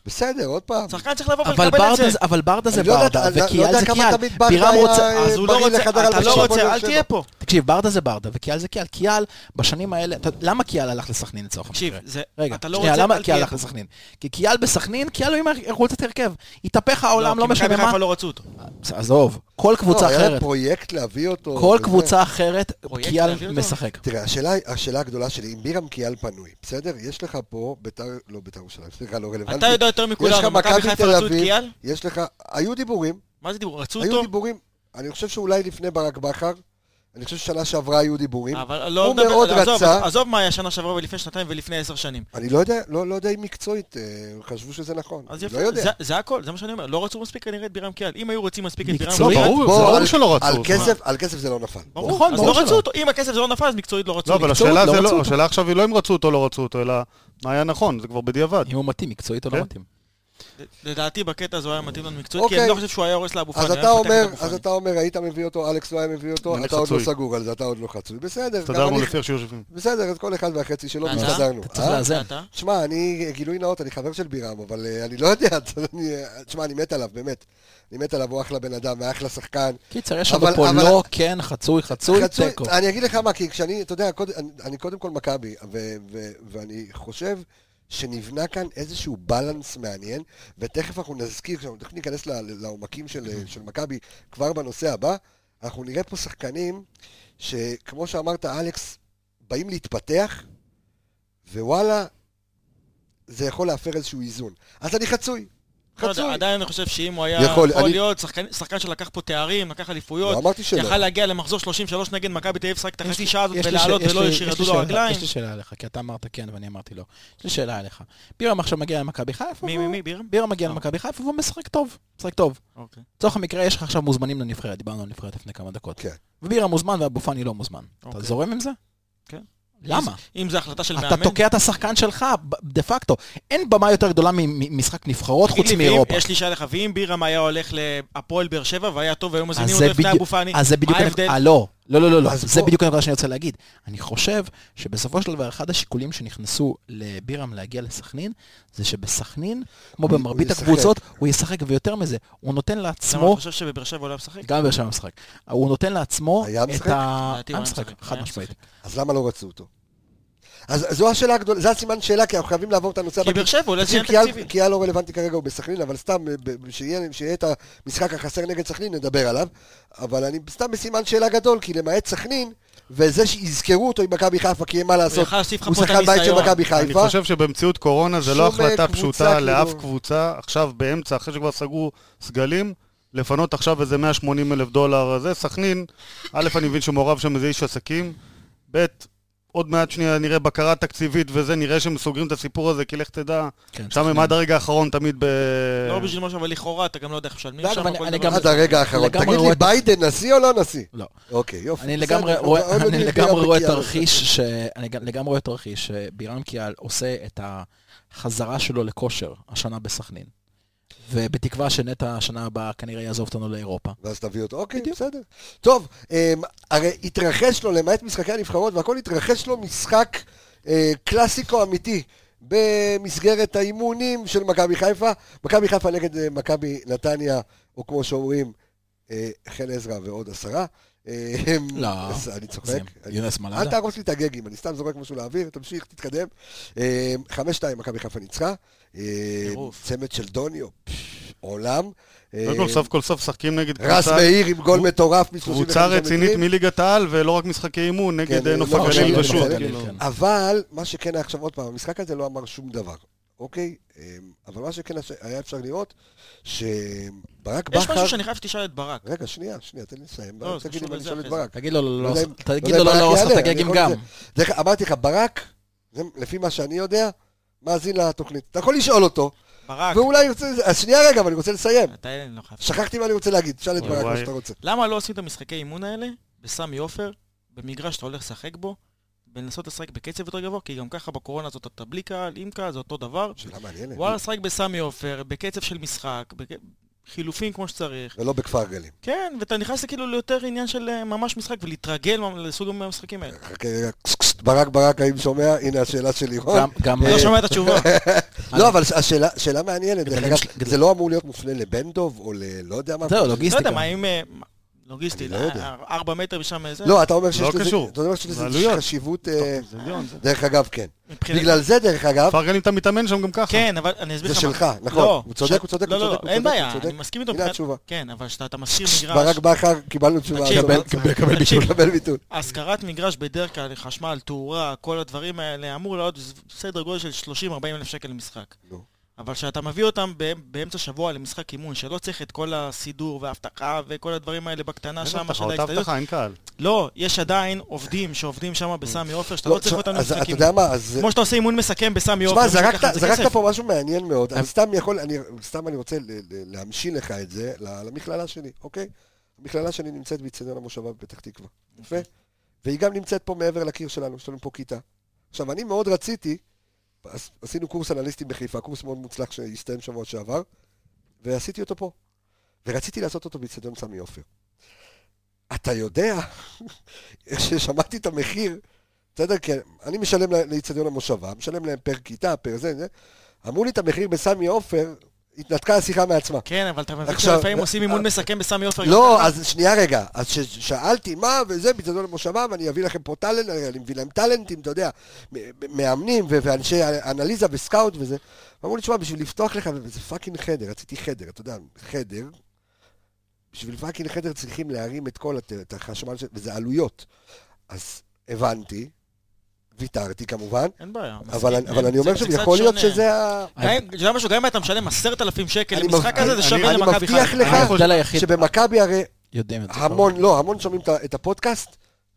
Speaker 1: בסדר, עוד פעם.
Speaker 3: שחקן צריך לבוא ולקבל את זה.
Speaker 2: אבל ברדה זה ברדה, וקיאל זה קיאל.
Speaker 1: בירם
Speaker 3: רוצה, אז הוא לא רוצה, אתה לא רוצה, אל תהיה פה.
Speaker 2: תקשיב, ברדה זה ברדה, וקיאל זה קיאל. קיאל, בשנים האלה, למה קיאל הלך לסכנין לצורך?
Speaker 3: תקשיב,
Speaker 2: רגע, למה קיאל הלך לסכנין? כי קיאל בסכנין, קיאל הוא רוצה תרכב. יתהפך העולם, לא משנה מה.
Speaker 3: כי מכבי חיפה לא רצו אותו.
Speaker 2: עזוב, כל קבוצה אחרת.
Speaker 1: היה פרויקט להביא אותו.
Speaker 2: כל קבוצה אחרת, קיאל משחק.
Speaker 1: תראה, השאלה הגדולה שלי, אם בירם קיאל פנוי, בסדר? יש לך פה, לא בית"ר ירושלים, סליחה, לא רלוונטי.
Speaker 3: אתה יודע יותר מכולנו, מכבי חיפה רצו את קיאל?
Speaker 1: יש לך, היו דיבורים.
Speaker 3: מה זה דיבור? רצו אותו?
Speaker 1: היו דיבורים. אני חושב שאולי לפני ברק בכר, אני חושב ששנה שעברה היו דיבורים.
Speaker 3: אבל לא מדבר, עזוב מה היה שנה שעברה ולפני שנתיים ולפני עשר שנים.
Speaker 1: אני לא יודע, לא יודע אם מקצועית, חשבו שזה נכון.
Speaker 3: אז יפה, זה הכל, זה מה שאני אומר. לא רצו מספיק כנראה את בירם קיאל. אם היו רוצים מספיק את בירם
Speaker 2: קיאל.
Speaker 4: ברור שלא רצו.
Speaker 1: על כסף זה לא נפל.
Speaker 3: נכון, אז לא רצו אותו. אם הכסף זה לא נפל, אז מקצועית לא רצו.
Speaker 4: לא, אבל השאלה עכשיו היא לא אם רצו אותו או לא רצו אותו, אלא מה היה נכון, זה כבר בדיעבד.
Speaker 2: אם הוא מתאים, מקצועית או לא מתאים.
Speaker 3: לדעתי בקטע הזו היה מתאים לנו מקצועית, כי אני לא חושב שהוא היה הורס לאבו פאני.
Speaker 1: אז אתה אומר, היית מביא אותו, אלכס לא היה מביא אותו, אתה עוד לא סגור על זה, אתה עוד לא חצוי. בסדר.
Speaker 4: הסתדרנו לפי שיושבים.
Speaker 1: בסדר, אז כל אחד והחצי שלו מסתדרנו.
Speaker 2: אתה צריך לאזן.
Speaker 1: שמע, אני גילוי נאות, אני חבר של בירם, אבל אני לא יודע, שמע, אני מת עליו, באמת. אני מת עליו, הוא אחלה בן אדם, ואחלה שחקן.
Speaker 2: קיצר, יש לנו פה לא, כן, חצוי, חצוי, תיקו.
Speaker 1: אני אגיד לך מה, כי כשאני, אתה יודע, אני קודם כל מכבי, ואני חושב שנבנה כאן איזשהו בלנס מעניין, ותכף אנחנו נזכיר, כשאנחנו תכף ניכנס לעומקים של, של מכבי כבר בנושא הבא, אנחנו נראה פה שחקנים שכמו שאמרת אלכס, באים להתפתח, ווואלה, זה יכול להפר איזשהו איזון. אז אני חצוי. חצוי.
Speaker 3: עדיין אני חושב שאם הוא היה יכול להיות שחקן שלקח פה תארים, לקח אליפויות, יכל להגיע למחזור שלושים ושלוש נגד מכבי תל אביב, שחק את החצי שעה הזאת ולעלות ולא ירדו לו הרגליים.
Speaker 2: יש לי שאלה עליך, כי אתה אמרת כן ואני אמרתי לא. יש לי שאלה עליך. בירם עכשיו מגיע למכבי חיפה.
Speaker 3: מי, מי, מי? בירם?
Speaker 2: בירם מגיע למכבי חיפה והוא משחק טוב. משחק טוב. לצורך המקרה יש לך עכשיו מוזמנים לנבחרת, דיברנו על נבחרת לפני כמה דקות. ובירם מוזמן ואבו פאני לא מוזמן. אתה זורם עם זה?
Speaker 3: כן.
Speaker 2: למה?
Speaker 3: אם זה החלטה של מאמן.
Speaker 2: אתה תוקע את השחקן שלך, דה פקטו. אין במה יותר גדולה ממשחק נבחרות חוץ מאירופה.
Speaker 3: יש לי שאלה לך, ואם בירם היה הולך להפועל באר שבע והיה טוב והיום מזמינים אותו לפני אבו פאני, מה ההבדל?
Speaker 2: לא, לא, לא, לא, זה בדיוק הנקודה שאני רוצה להגיד. אני חושב שבסופו של דבר אחד השיקולים שנכנסו לבירם להגיע לסכנין, זה שבסכנין, כמו במרבית הקבוצות, הוא ישחק, ויותר מזה, הוא נותן לעצמו...
Speaker 3: למה אתה חושב שבבאר שבע הוא לא משחק?
Speaker 2: גם בבאר שבע משחק. הוא נותן לעצמו את
Speaker 1: ה...
Speaker 2: היה משחק, חד משמעית.
Speaker 1: אז למה לא רצו אותו? אז זו השאלה הגדולה, זה הסימן שאלה, כי אנחנו חייבים לעבור את הנושא
Speaker 3: הבא. כי באר שבע, אולי זה תקציבי.
Speaker 1: כי היה לא רלוונטי כרגע, הוא בסכנין, אבל סתם, שיהיה את המשחק החסר נגד סכנין, נדבר עליו. אבל אני סתם בסימן שאלה גדול, כי למעט סכנין, וזה שיזכרו אותו עם מכבי חיפה, כי אין מה לעשות, הוא שחקן בית של מכבי חיפה.
Speaker 4: אני חושב שבמציאות קורונה זה לא החלטה פשוטה לאף קבוצה, עכשיו באמצע, אחרי שכבר סגרו סגלים, לפנות עכשיו איזה מאה ושמונים אלף דולר, זה סכנין, א' אני מבין שמעורב שם איזה איש עסקים, ב' עוד מעט שנייה נראה בקרה תקציבית וזה, נראה שהם סוגרים את הסיפור הזה, כי לך תדע, שם הם עד הרגע האחרון תמיד ב...
Speaker 3: לא בשביל משהו, אבל לכאורה אתה גם לא יודע איך משלמים שם.
Speaker 1: עד הרגע האחרון. תגיד לי, ביידן נשיא או לא נשיא?
Speaker 2: לא.
Speaker 1: אוקיי, יופי.
Speaker 2: אני לגמרי רואה תרחיש, אני לגמרי רואה תרחיש, שבירם קיאל עושה את החזרה שלו לכושר השנה בסכנין. ובתקווה שנטע השנה הבאה כנראה יעזוב אותנו לאירופה.
Speaker 1: ואז תביא אותו, אוקיי, בסדר. טוב, הרי התרחש לו, למעט משחקי הנבחרות, והכל התרחש לו משחק קלאסיקו אמיתי, במסגרת האימונים של מכבי חיפה. מכבי חיפה נגד מכבי נתניה, או כמו שאומרים, חן עזרא ועוד עשרה.
Speaker 2: לא,
Speaker 1: אני צוחק.
Speaker 2: יונס מלאדה.
Speaker 1: אל תהרוס לי את הגגים, אני סתם זורק משהו לאוויר, תמשיך, תתקדם. חמש שתיים, מכבי חיפה ניצחה. צמד של דוניו, עולם.
Speaker 4: סוף כל סוף שחקים נגד
Speaker 1: קבוצה. רס מאיר עם גול מטורף.
Speaker 4: קבוצה רצינית מליגת העל, ולא רק משחקי אימון, נגד נוף הגליל ושות.
Speaker 1: אבל מה שכן היה עכשיו עוד פעם, המשחק הזה לא אמר שום דבר. אוקיי? אבל מה שכן היה אפשר לראות, שברק בכר...
Speaker 3: יש משהו שאני חייב שתשאל את ברק.
Speaker 1: רגע, שנייה, שנייה, תן לי לסיים. תגיד לי מה לשאול את ברק.
Speaker 2: תגיד לו, לא להרוס את הגגים גם.
Speaker 1: אמרתי לך, ברק, לפי מה שאני יודע, מאזין לתוכנית. אתה יכול לשאול אותו, ואולי ירצה... אז שנייה רגע, אבל אני רוצה לסיים. שכחתי מה אני רוצה להגיד, שאל את ברק מה שאתה רוצה.
Speaker 3: למה לא עושים את המשחקי אימון האלה בסמי עופר, במגרש שאתה הולך לשחק בו, ולנסות לשחק בקצב יותר גבוה, כי גם ככה בקורונה זאת אתה בלי קהל, עם קהל, זה אותו דבר.
Speaker 1: שאלה מעניינת.
Speaker 3: וואלה, לשחק בסמי עופר, בקצב של משחק, חילופים כמו שצריך.
Speaker 1: ולא בכפר גלים.
Speaker 3: כן, ואתה נכנס כאילו ליותר עניין של ממש משחק, ולהתרגל לסוג המשחקים האלה.
Speaker 1: ברק, ברק, האם שומע? הנה השאלה של לירון.
Speaker 2: גם
Speaker 3: לא שומע את התשובה.
Speaker 1: לא, אבל השאלה מעניינת, זה לא אמור להיות מופנה לבנדוב, או לא יודע מה.
Speaker 2: זהו, לוגיסטיקה.
Speaker 3: לא יודע, מה אם... לוגיסטית, ארבע מטר משם איזה?
Speaker 1: לא, אתה אומר שיש
Speaker 4: לזה
Speaker 1: חשיבות, דרך אגב, כן. בגלל זה, דרך אגב...
Speaker 4: כפר גלים אתה מתאמן שם גם ככה.
Speaker 3: כן, אבל אני אסביר לך...
Speaker 1: זה שלך, נכון. הוא צודק, הוא צודק, הוא צודק.
Speaker 3: אין בעיה, אני מסכים איתו.
Speaker 1: הנה התשובה.
Speaker 3: כן, אבל שאתה מזכיר מגרש...
Speaker 1: ברק בכר, קיבלנו תשובה. קבל ביטול.
Speaker 3: השכרת מגרש בדרך כלל, חשמל, תאורה, כל הדברים האלה, אמור לעוד סדר גודל של שלושים ארבעים אלף שקל למשחק. אבל שאתה מביא אותם באמצע שבוע למשחק אימון, שלא צריך את כל הסידור וההבטחה וכל הדברים האלה בקטנה שם.
Speaker 4: אין הבטחה, אותה הבטחה, אין קהל.
Speaker 3: לא, יש עדיין עובדים שעובדים שם בסמי עופר, שאתה לא צריך אותם למשחק
Speaker 1: אימון. אתה יודע מה, אז...
Speaker 3: כמו שאתה עושה אימון מסכם בסמי עופר.
Speaker 1: שמע, זרקת פה משהו מעניין מאוד. אני סתם יכול, סתם אני רוצה להמשיל לך את זה למכללה שלי, אוקיי? המכללה שלי נמצאת באצטדיון המושבה בפתח תקווה. יפה? והיא גם נמצאת פה מעבר לקיר שלנו, יש לנו פה כיתה. עכשיו, אני מאוד רציתי, עשינו קורס אנליסטים בחיפה, קורס מאוד מוצלח שהסתיים שבוע שעבר, ועשיתי אותו פה. ורציתי לעשות אותו באצטדיון סמי עופר. אתה יודע, ששמעתי את המחיר, בסדר, כן, אני משלם לאצטדיון המושבה, משלם להם פר כיתה, פר זה, זה, אמרו לי את המחיר בסמי עופר, התנתקה השיחה מעצמה.
Speaker 3: כן, אבל אתה מבין שלפעמים עושים אימון מסכם בסמי עופר.
Speaker 1: לא, אז שנייה רגע, אז שאלתי מה וזה, באצטדיון המושבה, ואני אביא לכם פה טלנט, אני מביא להם טלנטים, אתה יודע, מאמנים ואנשי אנליזה וסקאוט וזה. אמרו לי, תשמע, בשביל לפתוח לך, וזה פאקינג חדר, רציתי חדר, אתה יודע, חדר, בשביל פאקינג חדר צריכים להרים את כל החשמל, וזה עלויות. אז הבנתי, ויתרתי כמובן.
Speaker 3: אין בעיה.
Speaker 1: אבל אני אומר שיכול להיות שזה ה...
Speaker 3: זה משהו, גם אם אתה משלם עשרת אלפים שקל למשחק הזה, זה שווה למכבי
Speaker 1: חיפה. אני מבטיח לך שבמכבי הרי...
Speaker 2: יודעים את זה.
Speaker 1: המון, לא, המון שומעים את הפודקאסט,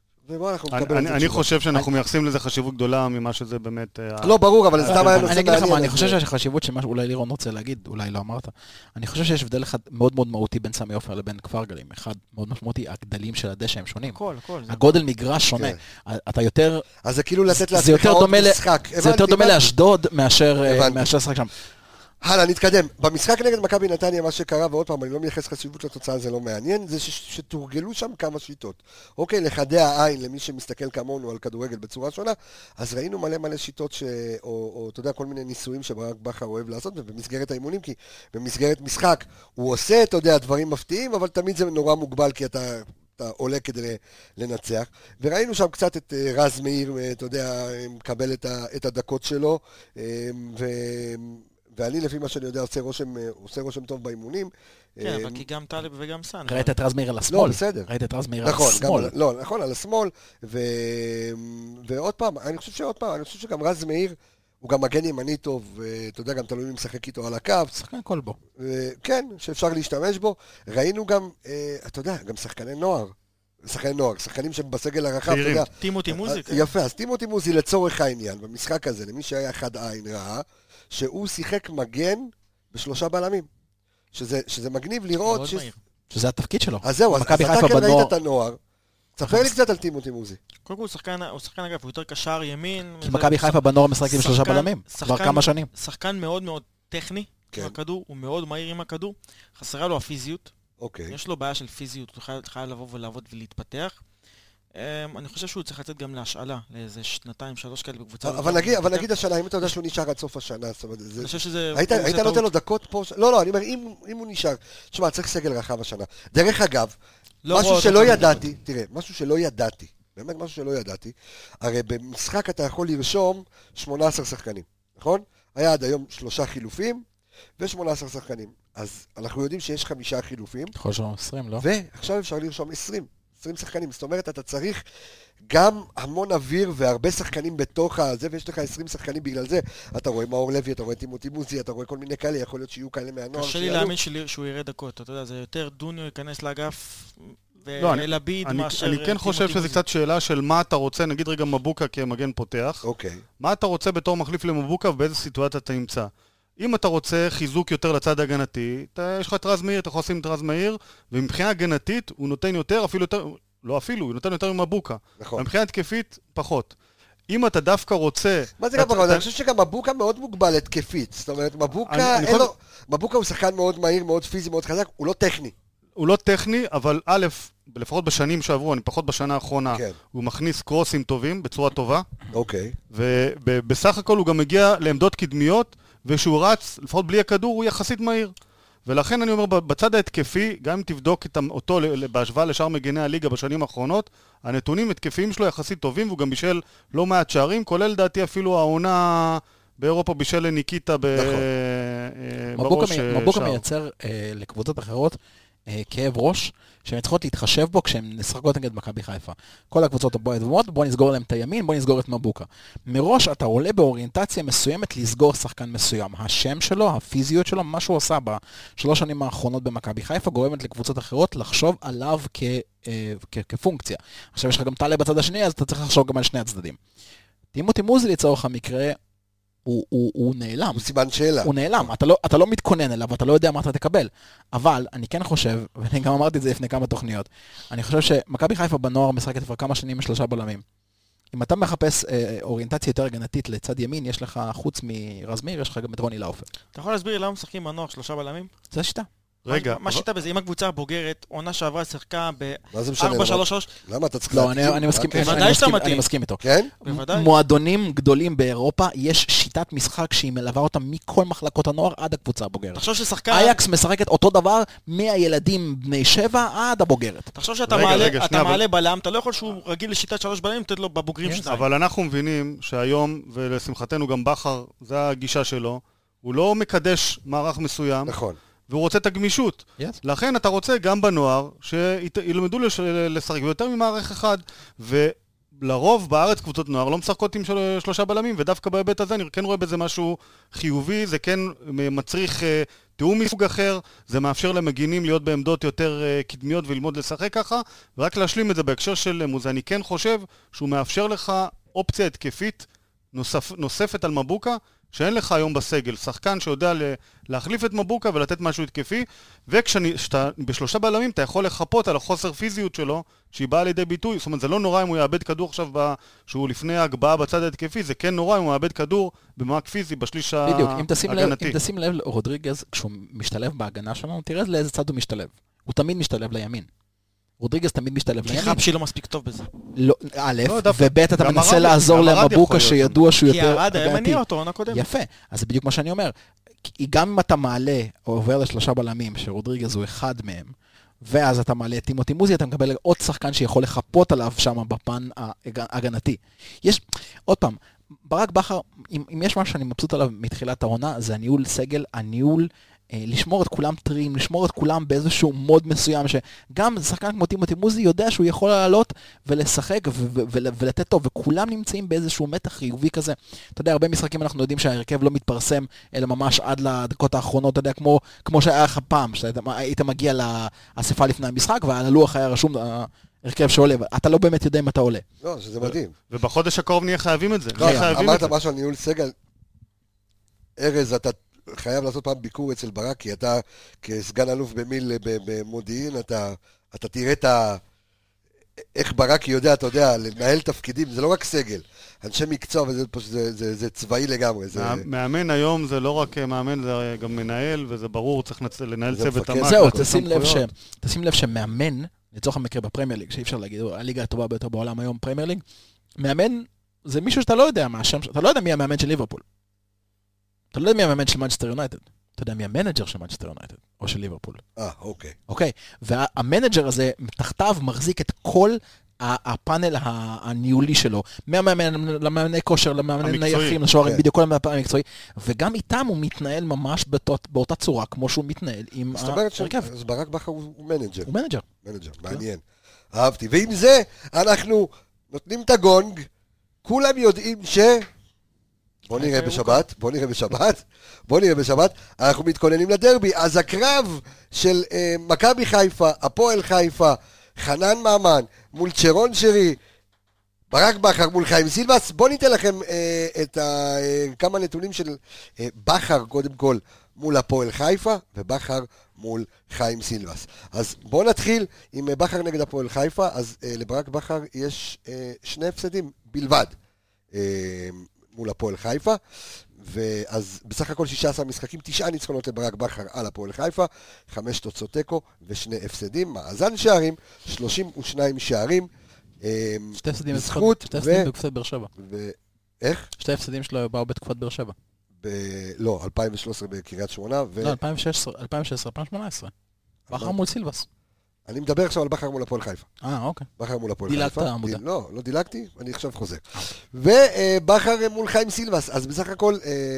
Speaker 4: אני חושב שאנחנו מייחסים לזה חשיבות גדולה ממה שזה באמת...
Speaker 1: לא, ברור, אבל סתם היה נושא
Speaker 2: אני אגיד לך מה, אני חושב שיש חשיבות שמה שאולי לירון רוצה להגיד, אולי לא אמרת, אני חושב שיש הבדל אחד מאוד מאוד מהותי בין סמי עופר לבין כפר גלים. אחד מאוד משמעותי, הגדלים של הדשא הם שונים. הגודל מגרש שונה. אתה יותר...
Speaker 1: אז זה כאילו לתת לעצמך עוד משחק.
Speaker 2: זה יותר דומה לאשדוד מאשר לשחק שם.
Speaker 1: הלאה, נתקדם. במשחק נגד מכבי נתניה, מה שקרה, ועוד פעם, אני לא מייחס חשיבות לתוצאה, זה לא מעניין, זה שתורגלו שם כמה שיטות. אוקיי, לחדי העין, למי שמסתכל כמונו על כדורגל בצורה שונה, אז ראינו מלא מלא שיטות, ש... או, או אתה יודע, כל מיני ניסויים שברק בכר אוהב לעשות, ובמסגרת האימונים, כי במסגרת משחק הוא עושה, אתה יודע, דברים מפתיעים, אבל תמיד זה נורא מוגבל, כי אתה... אתה עולה כדי לנצח, וראינו שם קצת את רז מאיר, אתה יודע, מקבל את הדקות שלו, ו... ואני לפי מה שאני יודע עושה רושם, עושה רושם טוב באימונים.
Speaker 3: כן, אבל כי גם טלב וגם סן.
Speaker 2: ראית את רז מאיר על השמאל.
Speaker 1: לא, בסדר.
Speaker 2: ראית את רז מאיר על השמאל.
Speaker 1: לא, נכון, על השמאל. ועוד פעם, אני חושב שעוד פעם, אני חושב שגם רז מאיר, הוא גם מגן ימני טוב, ואתה יודע, גם תלוי אם משחק איתו על הקו.
Speaker 2: שחקן כל בו.
Speaker 1: כן, שאפשר להשתמש בו. ראינו גם, אתה יודע, גם שחקני נוער. שחקני נוער, שחקנים שבסגל הרחב, אתה יודע.
Speaker 3: טימותי מוזי.
Speaker 1: יפה, אז טימותי מוזי לצורך העניין, במשחק הזה, למי שהיה אחד עין רעה, שהוא שיחק מגן בשלושה בלמים. שזה, שזה מגניב לראות ש...
Speaker 2: שזה התפקיד שלו.
Speaker 1: אז זהו, אז אתה כן ראית את הנוער. תספר לי קצת על טימותי מוזי.
Speaker 3: קודם כל הוא שחקן, הוא שחקן אגב, הוא יותר קשר ימין.
Speaker 2: כי מכבי חיפה בנוער משחק עם שלושה בלמים. כבר כמה שנים.
Speaker 3: שחקן מאוד מאוד טכני עם הכדור, הוא מאוד מהיר עם הכדור. חסרה לו הפיזיות. יש לו בעיה של פיזיות, הוא חייב לבוא ולעבוד ולהתפתח. אני חושב שהוא צריך לצאת גם להשאלה, לאיזה שנתיים, שלוש כאלה בקבוצה.
Speaker 1: אבל נגיד השנה, אם אתה יודע שהוא נשאר עד סוף השנה,
Speaker 3: אני חושב שזה...
Speaker 1: היית נותן לו דקות פה... לא, לא, אני אומר, אם הוא נשאר... תשמע, צריך סגל רחב השנה. דרך אגב, משהו שלא ידעתי, תראה, משהו שלא ידעתי, באמת משהו שלא ידעתי, הרי במשחק אתה יכול לרשום שמונה עשר שחקנים, נכון? היה עד היום שלושה חילופים ו-שמונה עשר שחקנים. אז אנחנו יודעים שיש חמישה חילופים.
Speaker 2: יכול לרשום עשרים, לא?
Speaker 1: ועכשיו אפשר לרשום עשרים. עשרים שחקנים, זאת אומרת, אתה צריך גם המון אוויר והרבה שחקנים בתוך הזה, ויש לך עשרים שחקנים בגלל זה. אתה רואה מאור לוי, אתה רואה טימותי מוזי, אתה רואה כל מיני כאלה, יכול להיות שיהיו כאלה מהנוער.
Speaker 3: קשה לי להאמין שהוא יראה דקות, אתה יודע, זה יותר דוניו ייכנס לאגף ולביד מאשר...
Speaker 4: אני כן חושב שזה קצת שאלה של מה אתה רוצה, נגיד רגע מבוקה כמגן פותח.
Speaker 1: אוקיי.
Speaker 4: מה אתה רוצה בתור מחליף למבוקה ובאיזה סיטואציה אתה נמצא? אם אתה רוצה חיזוק יותר לצד הגנתי, יש לך את רז מאיר, אתה יכול לשים את רז מאיר, ומבחינה הגנתית הוא נותן יותר, אפילו יותר, לא אפילו, הוא נותן יותר ממבוקה. נכון. מבחינה התקפית, פחות. אם אתה דווקא רוצה...
Speaker 1: מה זה גם ברור? אני חושב שגם מבוקה מאוד מוגבל התקפית. זאת אומרת, מבוקה, אין לו... מבוקה הוא שחקן מאוד מהיר, מאוד פיזי, מאוד חזק, הוא לא טכני.
Speaker 4: הוא לא טכני, אבל א', לפחות בשנים שעברו, אני פחות בשנה האחרונה, כן. הוא מכניס קרוסים טובים, בצורה טובה.
Speaker 1: אוקיי.
Speaker 4: ובסך הכל הוא גם מגיע לעמדות קדמיות, ושהוא רץ, לפחות בלי הכדור, הוא יחסית מהיר. ולכן אני אומר, בצד ההתקפי, גם אם תבדוק אותו בהשוואה לשאר מגני הליגה בשנים האחרונות, הנתונים התקפיים שלו יחסית טובים, והוא גם בישל לא מעט שערים, כולל דעתי אפילו העונה באירופה בישל לניקיטה בראש שער.
Speaker 2: מבוקה מייצר לקבוצות אחרות כאב ראש, שהן צריכות להתחשב בו כשהן נשחקות נגד מכבי חיפה. כל הקבוצות הבאות, בוא נסגור להם את הימין, בוא נסגור את מבוקה. מראש אתה עולה באוריינטציה מסוימת לסגור שחקן מסוים. השם שלו, הפיזיות שלו, מה שהוא עושה בשלוש שנים האחרונות במכבי חיפה, גורמת לקבוצות אחרות לחשוב עליו כ, כ, כפונקציה. עכשיו יש לך גם טלה בצד השני, אז אתה צריך לחשוב גם על שני הצדדים. טימותי מוזי לצורך המקרה, הוא, הוא, הוא נעלם.
Speaker 1: הוא סימן שאלה.
Speaker 2: הוא נעלם. אתה לא, אתה לא מתכונן אליו, אתה לא יודע מה אתה תקבל. אבל אני כן חושב, ואני גם אמרתי את זה לפני כמה תוכניות, אני חושב שמכבי חיפה בנוער משחקת כבר כמה שנים משלושה בלמים. אם אתה מחפש אה, אוריינטציה יותר הגנתית לצד ימין, יש לך חוץ מרז מאיר, יש לך גם את רוני לאופר.
Speaker 3: אתה יכול להסביר למה משחקים בנוער שלושה בלמים?
Speaker 2: זה השיטה.
Speaker 4: רגע.
Speaker 3: מה שיטה בזה? אם הקבוצה הבוגרת, עונה שעברה שיחקה ב-ארבע שלוש שלוש.
Speaker 1: למה אתה צריך
Speaker 2: להגיד? לא, אני מסכים איתו.
Speaker 1: כן?
Speaker 2: מועדונים גדולים באירופה, יש שיטת משחק שהיא מלווה אותם מכל מחלקות הנוער עד הקבוצה הבוגרת.
Speaker 3: תחשוב ששחקן...
Speaker 2: אייקס משחקת אותו דבר מהילדים בני שבע עד הבוגרת.
Speaker 3: תחשוב שאתה מעלה בלם, אתה לא יכול שהוא רגיל לשיטת שלוש בלמים, תת לו בבוגרים שניים.
Speaker 4: אבל אנחנו מבינים שהיום, ולשמחתנו גם בחר, זה הגישה שלו, הוא לא מקדש מערך מסוים.
Speaker 1: נכון.
Speaker 4: והוא רוצה את הגמישות. Yes. לכן אתה רוצה גם בנוער שילמדו לשחק ביותר ממערך אחד, ולרוב בארץ קבוצות נוער לא משחקות עם של... שלושה בלמים, ודווקא בהיבט הזה אני כן רואה בזה משהו חיובי, זה כן מצריך uh, תיאום מסוג אחר, זה מאפשר למגינים להיות בעמדות יותר uh, קדמיות וללמוד לשחק ככה, ורק להשלים את זה בהקשר של מוזה, אני כן חושב שהוא מאפשר לך אופציה התקפית נוסף, נוספת על מבוקה, שאין לך היום בסגל, שחקן שיודע להחליף את מבוקה ולתת משהו התקפי, וכשאתה בשלושה בלמים אתה יכול לחפות על החוסר פיזיות שלו, שהיא באה לידי ביטוי, זאת אומרת זה לא נורא אם הוא יאבד כדור עכשיו ב... שהוא לפני ההגבהה בצד ההתקפי, זה כן נורא אם הוא יאבד כדור במעק פיזי בשליש ההגנתי.
Speaker 2: בדיוק, אם תשים לב, אם תשים לב רודריגז, כשהוא משתלב בהגנה שלנו, תראה לאיזה צד הוא משתלב. הוא תמיד משתלב לימין. רודריגז תמיד משתלב לימין.
Speaker 3: כי חפשי לא מספיק טוב בזה.
Speaker 2: לא, א', וב' אתה מנסה לעזור למבוקה שידוע שהוא יותר...
Speaker 3: כי הרד היה מניע אותו, עונה קודמת.
Speaker 2: יפה, אז זה בדיוק מה שאני אומר. גם אם אתה מעלה או עובר לשלושה בלמים, שרודריגז הוא אחד מהם, ואז אתה מעלה את טימותי מוזי, אתה מקבל עוד שחקן שיכול לחפות עליו שם בפן ההגנתי. יש, עוד פעם, ברק בכר, אם יש משהו שאני מבסוט עליו מתחילת העונה, זה הניהול סגל, הניהול לשמור את כולם טרים, לשמור את כולם באיזשהו מוד מסוים, שגם שחקן כמו טימותי מוזי יודע שהוא יכול לעלות ולשחק ולתת טוב, וכולם נמצאים באיזשהו מתח חיובי כזה. אתה יודע, הרבה משחקים אנחנו יודעים שההרכב לא מתפרסם, אלא ממש עד לדקות האחרונות, אתה יודע, כמו, כמו שהיה לך פעם, שהיית מגיע לאספה לפני המשחק, ועל הלוח היה רשום הרכב שעולה, אתה לא באמת יודע אם אתה עולה.
Speaker 1: לא, שזה מדהים.
Speaker 4: ובחודש הקרוב נהיה חייבים את זה.
Speaker 1: אמרת משהו על ניהול סגל, ארז, אתה חייב לעשות פעם ביקור אצל ברק, כי אתה כסגן אלוף במיל במודיעין, אתה, אתה תראה את ה... איך ברק יודע, אתה יודע, לנהל תפקידים, זה לא רק סגל, אנשי מקצוע, וזה זה, זה, זה צבאי לגמרי. זה...
Speaker 4: מאמן היום זה לא רק מאמן, זה גם מנהל, וזה ברור, צריך לנהל צוות עמק.
Speaker 2: זהו, תשים לב, ש... תשים לב שמאמן, לצורך המקרה בפרמייר ליג, שאי אפשר להגיד, הליגה הטובה ביותר בעולם היום, פרמייר ליג, מאמן זה מישהו שאתה לא יודע מה השם, אתה לא יודע מי המאמן של ליברפול. אתה לא יודע מי המאמן של מנצ'סטר יונייטד. אתה יודע מי המנג'ר של מנצ'סטר יונייטד, או של ליברפול.
Speaker 1: אה, אוקיי.
Speaker 2: אוקיי, והמנג'ר הזה, תחתיו מחזיק את כל הפאנל הניהולי שלו, מהמאמני כושר, למאמני נייחים, לשוערים, בדיוק כל המאמן המקצועי, וגם איתם הוא מתנהל ממש באותה צורה, כמו שהוא מתנהל עם ההרכב.
Speaker 1: אז ברק בכר הוא מנג'ר.
Speaker 2: הוא מנג'ר.
Speaker 1: מנג'ר, מעניין. אהבתי. ועם זה, אנחנו נותנים את הגונג, כולם יודעים ש... בוא נראה בשבת, בוא נראה בשבת, בוא נראה בשבת, אנחנו מתכוננים לדרבי, אז הקרב של אה, מכבי חיפה, הפועל חיפה, חנן מאמן, מול צ'רון שרי, ברק בכר מול חיים סילבס, בוא ניתן לכם אה, את ה, אה, כמה נתונים של אה, בכר קודם כל מול הפועל חיפה, ובכר מול חיים סילבס. אז בוא נתחיל עם אה, בכר נגד הפועל חיפה, אז אה, לברק בכר יש אה, שני הפסדים בלבד. מול הפועל חיפה, ואז בסך הכל שישה עשר משחקים, תשעה ניצחונות לברק בכר על הפועל חיפה, חמש תוצאות תיקו ושני הפסדים, מאזן שערים, שלושים ושניים שערים,
Speaker 2: שתי הפסדים בתקופת באר שבע.
Speaker 1: איך?
Speaker 2: שתי הפסדים שלו באו בתקופת באר שבע.
Speaker 1: לא, אלפיים ושלוש עשרה בקריית שמונה.
Speaker 2: לא, אלפיים ושש עשרה, אלפיים שמונה עשרה. בכר מול סילבס.
Speaker 1: אני מדבר עכשיו על בכר מול הפועל חיפה.
Speaker 2: אה, אוקיי.
Speaker 1: בכר מול הפועל חיפה.
Speaker 2: דילגת עמודה.
Speaker 1: לא, לא דילגתי, אני עכשיו חוזר. ובכר מול חיים סילבס, אז בסך הכל,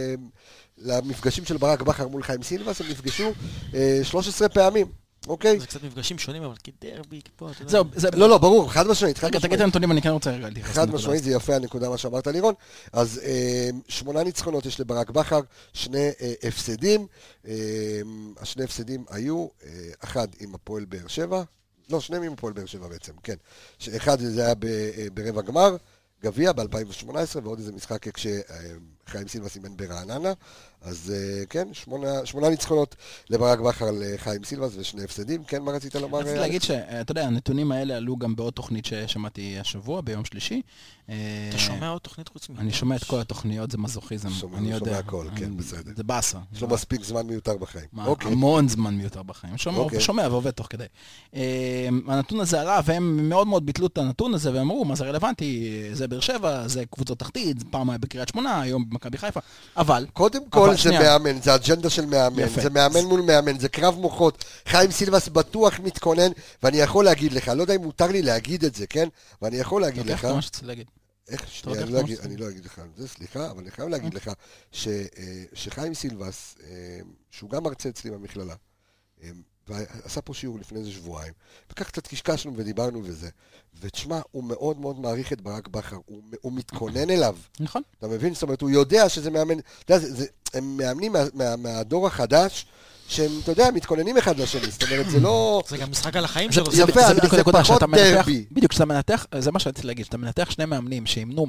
Speaker 1: למפגשים של ברק בכר מול חיים סילבס, הם נפגשו שלוש עשרה פעמים. אוקיי?
Speaker 3: זה קצת מפגשים שונים, אבל כדרבי, פה, אתה יודע.
Speaker 2: זהו,
Speaker 1: זה... לא, לא, ברור, חד משמעית.
Speaker 2: רגע, תגיד את הנתונים, אני כן רוצה רגע.
Speaker 1: חד משמעית, זה יפה הנקודה מה שאמרת לירון. אז שמונה ניצחונות יש לברק בכר, שני הפסדים. השני הפסדים היו, אחד עם הפועל באר שבע, לא, שניהם עם הפועל באר שבע בעצם, כן. אחד זה היה ברבע גמר, גביע ב-אלפיים שמונה עשרה, ועוד איזה משחק כשחיים סילבס אימן ברעננה. אז כן, שמונה, שמונה ניצחונות לברק בכר לחיים סילבס ושני הפסדים. כן, מה רצית לומר?
Speaker 2: רציתי להגיד שאתה יודע, הנתונים האלה עלו גם בעוד תוכנית ששמעתי השבוע, ביום שלישי.
Speaker 3: אתה שומע עוד תוכנית חוץ מי?
Speaker 2: אני שומע את כל התוכניות, זה מזוכיזם. אני יודע.
Speaker 1: שומע הכל, כן, בסדר.
Speaker 2: זה באסה.
Speaker 1: יש לו מספיק זמן מיותר בחיים.
Speaker 2: המון זמן מיותר בחיים. שומע ועובד תוך כדי. הנתון הזה עלה, והם מאוד מאוד ביטלו את הנתון הזה, והם אמרו, מה זה רלוונטי? זה באר שבע, זה קבוצות תחתית, פעם היה בקריית שמונה, היום במכבי חיפה. אבל
Speaker 1: קודם כל זה מאמן, זה אג'נדה של מאמן, זה מאמן מול מאמן, זה קרב מוחות. חיים סילבס בטוח מתכונן, ואני יכול להגיד לך, לא יודע אם מותר לי להגיד את זה, כן? ואני יכול להגיד לך...
Speaker 2: אתה מה שצריך להגיד.
Speaker 1: איך? אני לא אגיד לך על זה, סליחה, אבל אני חייב להגיד לך שחיים סילבס, שהוא גם מרצה אצלי במכללה, ועשה פה שיעור לפני איזה שבועיים, וכך קצת קשקשנו ודיברנו וזה, ותשמע, הוא מאוד מאוד מעריך את ברק בכר, הוא, הוא מתכונן אליו.
Speaker 2: נכון.
Speaker 1: אתה מבין? זאת אומרת, הוא יודע שזה מאמן, אתה יודע, זה, זה, הם מאמנים מה, מה, מהדור החדש, שהם, אתה יודע, מתכוננים אחד לשני, זאת אומרת, זה לא...
Speaker 3: זה גם משחק על החיים שלו.
Speaker 1: זה יפה, זה פחות דרבי.
Speaker 2: בדיוק, כשאתה מנתח, זה מה שרציתי להגיד, כשאתה מנתח שני מאמנים שימנו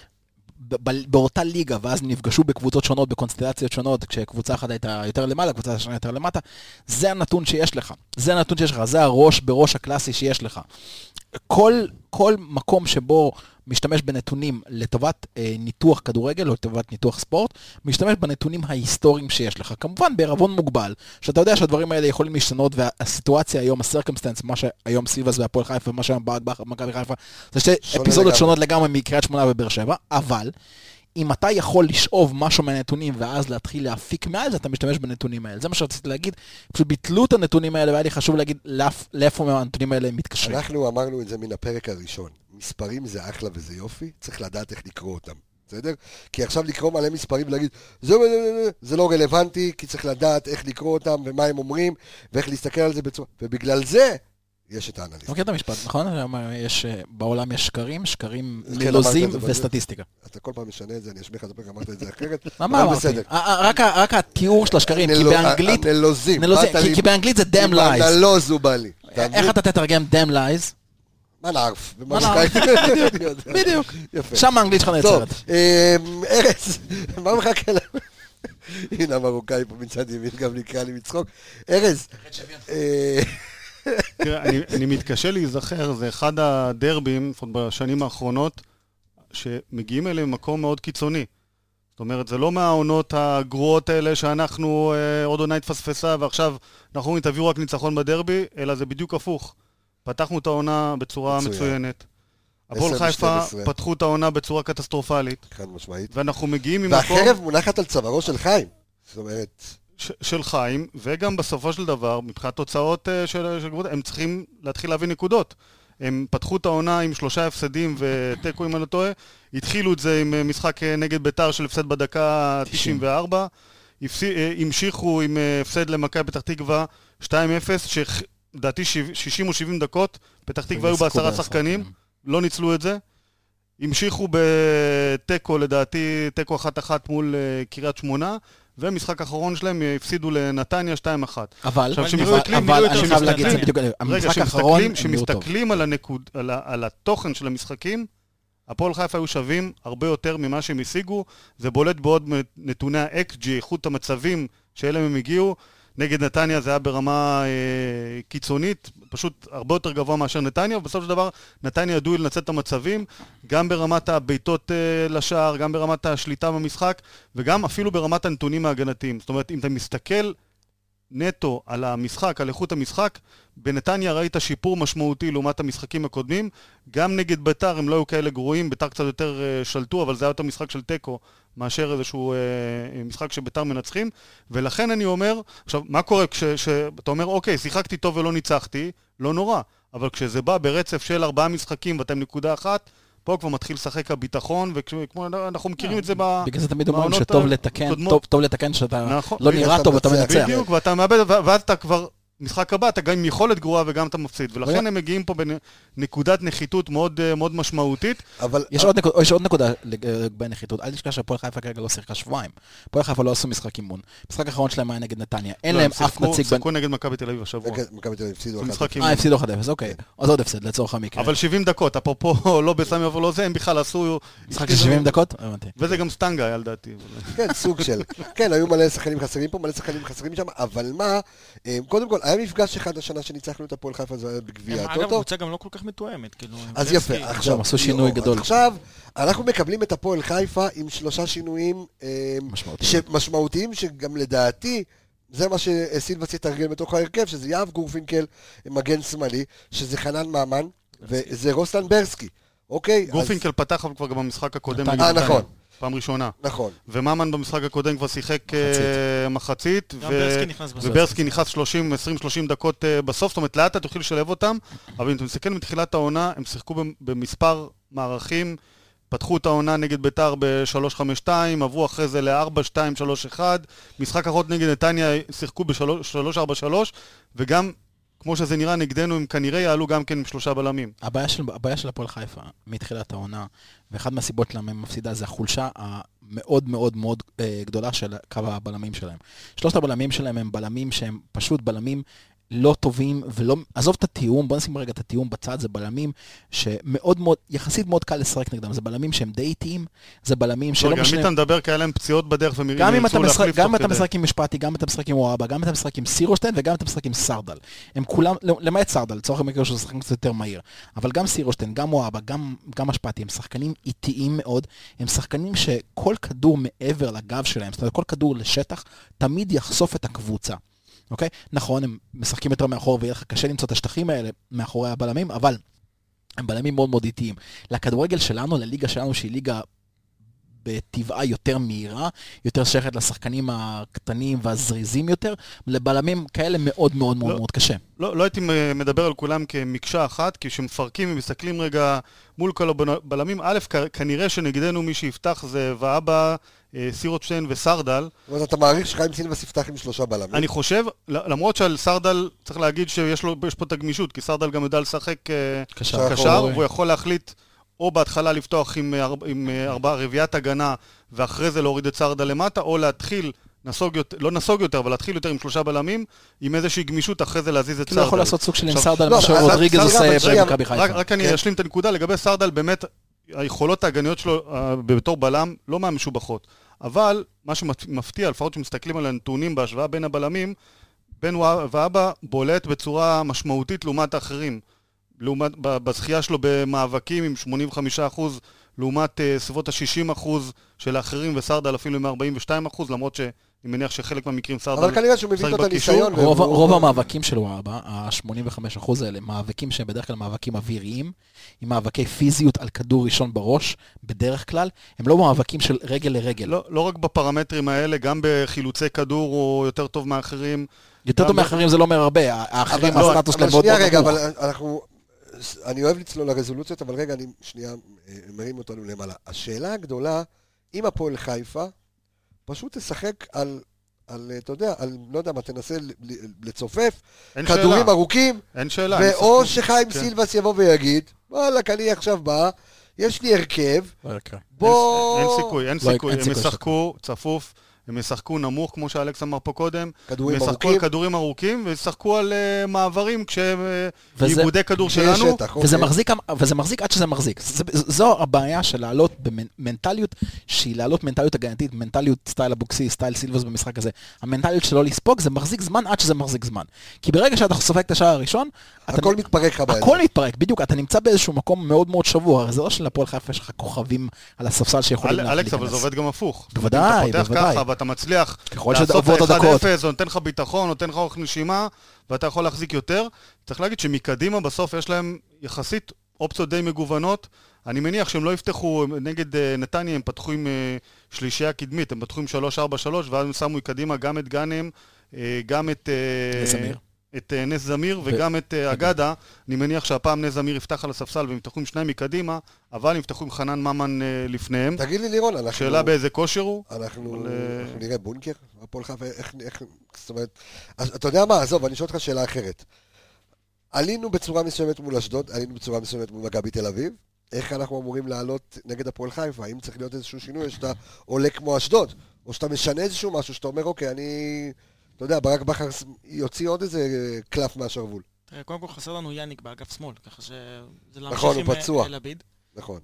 Speaker 2: באותה ליגה, ואז נפגשו בקבוצות שונות, בקונסטלציות שונות, כשקבוצה אחת הייתה יותר למעלה, קבוצה השנייה יותר למטה, זה הנתון שיש לך. זה הנתון שיש לך, זה הראש בראש הקלאסי שיש לך. כל, כל מקום שבו משתמש בנתונים לטובת אה, ניתוח כדורגל או לטובת ניתוח ספורט, משתמש בנתונים ההיסטוריים שיש לך. כמובן בערבון מוגבל, שאתה יודע שהדברים האלה יכולים להשתנות, והסיטואציה היום, הסרקמסטנס, מה שהיום סילבס והפועל חיפה, ומה שהיום ברק בכר ומכבי חיפה, זה שתי אפיזודות לגמרי. שונות לגמרי מקריית שמונה ובאר שבע, אבל אם אתה יכול לשאוב משהו מהנתונים ואז להתחיל להפיק מעל זה, אתה משתמש בנתונים האלה. זה מה שרציתי להגיד, פשוט ביטלו את הנתונים האלה, והיה לי חשוב להגיד לאיפה מהנתונים האלה מתקשרים.
Speaker 1: אנחנו אמרנו את זה מן הפרק הראשון. מספרים זה אחלה וזה יופי, צריך לדעת איך לקרוא אותם. בסדר? כי עכשיו לקרוא מלא מספרים ולהגיד, זה, זה לא רלוונטי, כי צריך לדעת איך לקרוא אותם ומה הם אומרים, ואיך להסתכל על זה בצורה. ובגלל זה יש את האנליסט.
Speaker 2: מכיר את המשפט, נכון? יש, בעולם יש שקרים, שקרים נלוזים וסטטיסטיקה.
Speaker 1: אתה כל פעם משנה את זה, אני אשמיך את זה, אמרת את זה אחרת.
Speaker 2: מה אמרתי? רק התיאור של השקרים, כי באנגלית...
Speaker 1: נלוזים.
Speaker 2: כי באנגלית זה damn lies.
Speaker 1: נלוז הוא בא לי.
Speaker 2: איך אתה תתרגם damn lies?
Speaker 1: מה נערף?
Speaker 2: מה נערף? בדיוק. שם האנגלית שלך נעצרת.
Speaker 1: ארז, מה מחכה לה? הנה המרוקאי פה מצד ימין, גם נקרא לי מצחוק. ארז.
Speaker 4: תראה, אני מתקשה להיזכר, זה אחד הדרבים, בשנים האחרונות, שמגיעים אליהם מקום מאוד קיצוני. זאת אומרת, זה לא מהעונות הגרועות האלה שאנחנו עוד עונה התפספסה, ועכשיו אנחנו תביאו רק ניצחון בדרבי, אלא זה בדיוק הפוך. פתחנו את העונה בצורה מצוינת. הפועל חיפה פתחו את העונה בצורה קטסטרופלית.
Speaker 1: חד משמעית.
Speaker 4: ואנחנו מגיעים ממקום...
Speaker 1: והחרב מונחת על צווארו של חיים. זאת אומרת...
Speaker 4: של חיים, וגם בסופו של דבר, מבחינת תוצאות של קבוצה, הם צריכים להתחיל להביא נקודות. הם פתחו את העונה עם שלושה הפסדים וטקו אם אני לא טועה, התחילו את זה עם משחק נגד ביתר של הפסד בדקה תשעים וארבע, המשיכו עם הפסד למכבי פתח תקווה שתיים אפס, שלדעתי שישים או שבעים דקות, פתח תקווה היו בעשרה שחקנים, לא ניצלו את זה, המשיכו בטקו לדעתי, טקו אחת אחת מול קריית שמונה, ומשחק האחרון שלהם הפסידו לנתניה שתיים אחת.
Speaker 2: אבל, אבל אני חייב להגיד, זה בדיוק, המשחק האחרון,
Speaker 4: שמסתכלים על הנקוד, על התוכן של המשחקים, הפועל חיפה היו שווים הרבה יותר ממה שהם השיגו, זה בולט בעוד נתוני ה-אקס ג'י, איכות המצבים שאליהם הם הגיעו, נגד נתניה זה היה ברמה אה, קיצונית, פשוט הרבה יותר גבוה מאשר נתניה, ובסוף של דבר נתניה ידעו לנצל את המצבים, גם ברמת הביתות אה, לשער, גם ברמת השליטה במשחק, וגם אפילו ברמת הנתונים ההגנתיים. זאת אומרת, אם אתה מסתכל נטו על המשחק, על איכות המשחק, בנתניה ראית שיפור משמעותי לעומת המשחקים הקודמים, גם נגד ביתר הם לא היו כאלה גרועים, ביתר קצת יותר uh, שלטו, אבל זה היה יותר משחק של טקו, מאשר איזשהו uh, משחק שביתר מנצחים, ולכן אני אומר, עכשיו, מה קורה כשאתה אומר, אוקיי, שיחקתי טוב ולא ניצחתי, לא נורא, אבל כשזה בא ברצף של ארבעה משחקים ואתם נקודה אחת, פה כבר מתחיל לשחק הביטחון, וכמו אנחנו מכירים את זה בעונות...
Speaker 2: בגלל זה תמיד אומרים שטוב לתקן, טוב לתקן שאתה לא נראה טוב ואתה מנצח.
Speaker 4: בדיוק, ואתה מאבד, ואז אתה כבר... משחק הבא, אתה גם עם יכולת גרועה וגם אתה מפסיד, ולכן הם מגיעים פה בנקודת נחיתות מאוד מאוד משמעותית.
Speaker 2: יש עוד נקודה לגבי נחיתות, אל תשכח שהפועל חיפה כרגע לא שיחקה שבועיים. הפועל חיפה לא עשו משחק אימון. משחק האחרון שלהם היה נגד נתניה. אין להם אף נציג...
Speaker 4: שיחקו נגד מכבי תל אביב השבוע.
Speaker 1: מכבי תל אביב הפסידו
Speaker 2: אחד אפס. אה, הפסידו אחד אפס, אוקיי. אז עוד הפסד, לצורך המקרה.
Speaker 4: אבל שבעים דקות, אפרופו לא בסמי אבל לא זה, הם בכלל עשו...
Speaker 2: משחק של שבעים דקות?
Speaker 4: וזה גם סטנגה, היה לדעתי.
Speaker 1: כן, סוג של. כן, היו מלא שחקנים חסרים פה, מלא שחקנים חסרים שם, אבל מה, קודם כל, היה מפגש אחד השנה שניצחנו את הפועל חיפה זה בגביע הטוטו.
Speaker 3: אגב, קבוצה גם לא כל כך מתואמת, כאילו...
Speaker 1: אז יפה, עכשיו...
Speaker 2: עשו שינוי גדול.
Speaker 1: עכשיו, אנחנו מקבלים את הפועל חיפה עם שלושה שינויים משמעותיים, שגם לדעתי, זה מה שסילבס יתרגל בתוך ההרכב, שזה יאב גורפינקל, מגן שמאלי, שזה חנן מאמן, וזה רוסלן ברסקי. אוקיי?
Speaker 4: גורפינקל פתח כבר גם במשחק הקודם.
Speaker 1: אה, נכון.
Speaker 4: פעם ראשונה.
Speaker 1: נכון.
Speaker 4: ומאמן במשחק הקודם כבר שיחק מחצית, וברסקי נכנס עשרים שלושים דקות בסוף, זאת אומרת, לאט אתה תוכל לשלב אותם, אבל אם אתה מסתכל מתחילת העונה, הם שיחקו במספר מערכים, פתחו את העונה נגד ביתר ב-שלוש חמש שתיים, עברו אחרי זה ל-ארבע שתיים שלוש אחת, משחק אחרון נגד נתניה שיחקו ב-שלוש ארבע שלוש, וגם כמו שזה נראה נגדנו, הם כנראה יעלו גם כן עם שלושה בלמים.
Speaker 2: הבעיה של, הבעיה של הפועל חיפה, מתחילת העונה, ואחד מהסיבות למה הם מפסידה, זה החולשה המאוד מאוד מאוד אה, גדולה של קו הבלמים שלהם. שלושת הבלמים שלהם הם בלמים שהם פשוט בלמים לא טובים, ולא, עזוב את התיאום, בוא נשים רגע את התיאום בצד, זה בלמים שמאוד מאוד, יחסית מאוד קל לשחק נגדם, זה בלמים שהם די איטיים, זה בלמים שלא
Speaker 4: משנה... גם אם אתה מדבר כאלה הם פציעות בדרך ומירים,
Speaker 2: גם אם אתה משחק, גם אם אתה משחק עם משפטי, גם אם אתה משחק עם וואבה, גם אם אתה משחק עם סירושטיין, וגם אם אתה משחק עם סרדל. הם כולם, למעט סרדל, לצורך המקרה שהוא שחקן קצת יותר מהיר, אבל גם סירושטיין, גם וואבה, גם, גם משפטי, הם שחקנים איטיים מאוד, הם שחקנים שכל כדור מעבר לגב שלהם, זאת אומרת, כל כדור לשטח, תמיד יחשוף את הקבוצה. אוקיי? נכון, הם משחקים יותר מאחור, ויהיה לך קשה למצוא את השטחים האלה מאחורי הבלמים, אבל הם בלמים מאוד מאוד איטיים. לכדורגל שלנו, לליגה שלנו, שהיא ליגה בטבעה יותר מהירה, יותר שייכת לשחקנים הקטנים והזריזים יותר, לבלמים כאלה מאוד מאוד מאוד
Speaker 4: לא,
Speaker 2: מאוד קשה.
Speaker 4: לא, לא הייתי מדבר על כולם כמקשה אחת, כי כשמפרקים ומסתכלים רגע מול כל הבלמים, א', כנראה שנגדנו מי שיפתח זה ואבא, סירושטיין וסרדל.
Speaker 1: אז אתה מעריך שחיים סילבס יפתח עם שלושה בלמים?
Speaker 4: אני חושב, למרות שעל סרדל צריך להגיד שיש לו, יש פה את הגמישות, כי סרדל גם יודע לשחק קשר, קשר והוא יכול להחליט או בהתחלה לפתוח עם, עם ארבעה רביעיית הגנה, ואחרי זה להוריד את סרדל למטה, או להתחיל, נסוג יותר, לא נסוג יותר, אבל להתחיל יותר עם שלושה בלמים, עם איזושהי גמישות, אחרי זה להזיז את סרדל.
Speaker 2: לא יכול לעשות סוג של עם סרדל, מה שרודריגז עושה במכבי חיפה.
Speaker 4: רק אני אשלים את הנקודה, לגבי סרדל, באמת, היכולות ההגניות שלו בתור בלם לא מהמשובחות. אבל מה שמפתיע, לפחות שמסתכלים על הנתונים בהשוואה בין הבלמים, בן ואבא בולט בצורה משמעותית לעומת האחרים. לעומת, בזכייה שלו במאבקים עם שמונים וחמישה אחוז, לעומת uh, סביבות ה-שישים אחוז של האחרים, וסרדל אפילו עם ארבעים ושתיים אחוז, למרות שאני מניח שחלק מהמקרים סרדל...
Speaker 1: אבל כנראה שהוא מביא את הניסיון.
Speaker 2: רוב, והוא... רוב המאבקים שלו, ה-שמונים וחמישה אחוז האלה, מאבקים שהם בדרך כלל מאבקים אוויריים, עם מאבקי פיזיות על כדור ראשון בראש, בדרך כלל, הם לא מאבקים של רגל לרגל.
Speaker 4: לא, לא רק בפרמטרים האלה, גם בחילוצי כדור הוא יותר טוב מאחרים.
Speaker 2: יותר טוב מאחרים זה לא אומר הרבה, האחרים, הסטטוס שלהם מאוד
Speaker 1: מאוד נמוך. אבל אנחנו... אני אוהב לצלול לרזולוציות, אבל רגע, אני שנייה מרים אותנו למעלה. השאלה הגדולה, אם הפועל חיפה, פשוט תשחק על, על, אתה יודע, על, לא יודע מה, תנסה לצופף, כדורים שאלה. ארוכים,
Speaker 4: אין שאלה.
Speaker 1: ואו שחיים כן. סילבס יבוא ויגיד, וואלה, אני עכשיו בא, יש לי הרכב,
Speaker 2: לא יקרה.
Speaker 1: בוא...
Speaker 4: אין, אין סיכוי, אין סיכוי, הם ישחקו צפוף, הם ישחקו נמוך, כמו שאלכס אמר פה קודם.
Speaker 1: כדורים
Speaker 4: ארוכים. ישחקו על כדורים ארוכים, וישחקו על uh, מעברים כשהם איבודי כדור שלנו.
Speaker 2: שטח, וזה, אוקיי. מחזיק, וזה מחזיק עד שזה מחזיק. זה, זו הבעיה של לעלות במנטליות, שהיא לעלות מנטליות הגנתית, מנטליות סטייל אבוקסיס, סטייל סילבוס במשחק הזה. המנטליות שלא לספוג, זה מחזיק זמן עד שזה מחזיק זמן. כי ברגע שאתה סופג את השער הראשון,
Speaker 1: הכל אתה, מתפרק לך בעצם.
Speaker 2: הכל מתפרק, בדיוק. אתה נמצא באיזשהו מקום מאוד מאוד שבוע. הרי זה לא של הפועל חיפה, יש לך כוכבים על הספסל שיכולים להכניס.
Speaker 4: אלכס, אבל זה עובד גם הפוך.
Speaker 2: בוודאי,
Speaker 4: אתה פותח
Speaker 2: בוודאי.
Speaker 4: ככה ואתה מצליח
Speaker 2: לעשות את
Speaker 4: אחד אפס, זה נותן לך ביטחון, נותן לך אורך נשימה, ואתה יכול להחזיק יותר. צריך להגיד שמקדימה בסוף יש להם יחסית אופציות די מגוונות. אני מניח שהם לא יפתחו נגד נתניה, הם פתחו עם שלישייה קדמית, הם פתחו עם שלוש ארבע שלוש, ואז הם שמו מקדימה גם את גאנם, גם את
Speaker 2: זמיר.
Speaker 4: את נס זמיר וגם את אגדה. אני מניח שהפעם נס זמיר יפתח על הספסל והם יפתחו עם שניים מקדימה, אבל הם יפתחו עם חנן ממן לפניהם.
Speaker 1: תגיד לי לירון, אנחנו...
Speaker 4: שאלה באיזה כושר הוא?
Speaker 1: אנחנו נראה בונקר, הפועל חיפה, איך... זאת אומרת... אתה יודע מה? עזוב, אני שואל אותך שאלה אחרת. עלינו בצורה מסוימת מול אשדוד, עלינו בצורה מסוימת מול מכבי תל אביב, איך אנחנו אמורים לעלות נגד הפועל חיפה? האם צריך להיות איזשהו שינוי, שאתה עולה כמו אשדוד, או שאתה משנה איזשהו משהו, שאתה אומר, אוקיי, אני... אתה יודע, ברק בכר יוציא עוד איזה קלף מהשרוול.
Speaker 3: תראה, קודם כל חסר לנו יניק באגף שמאל, ככה שזה
Speaker 1: נכון, הוא פצוע.
Speaker 3: אלביד.
Speaker 1: נכון.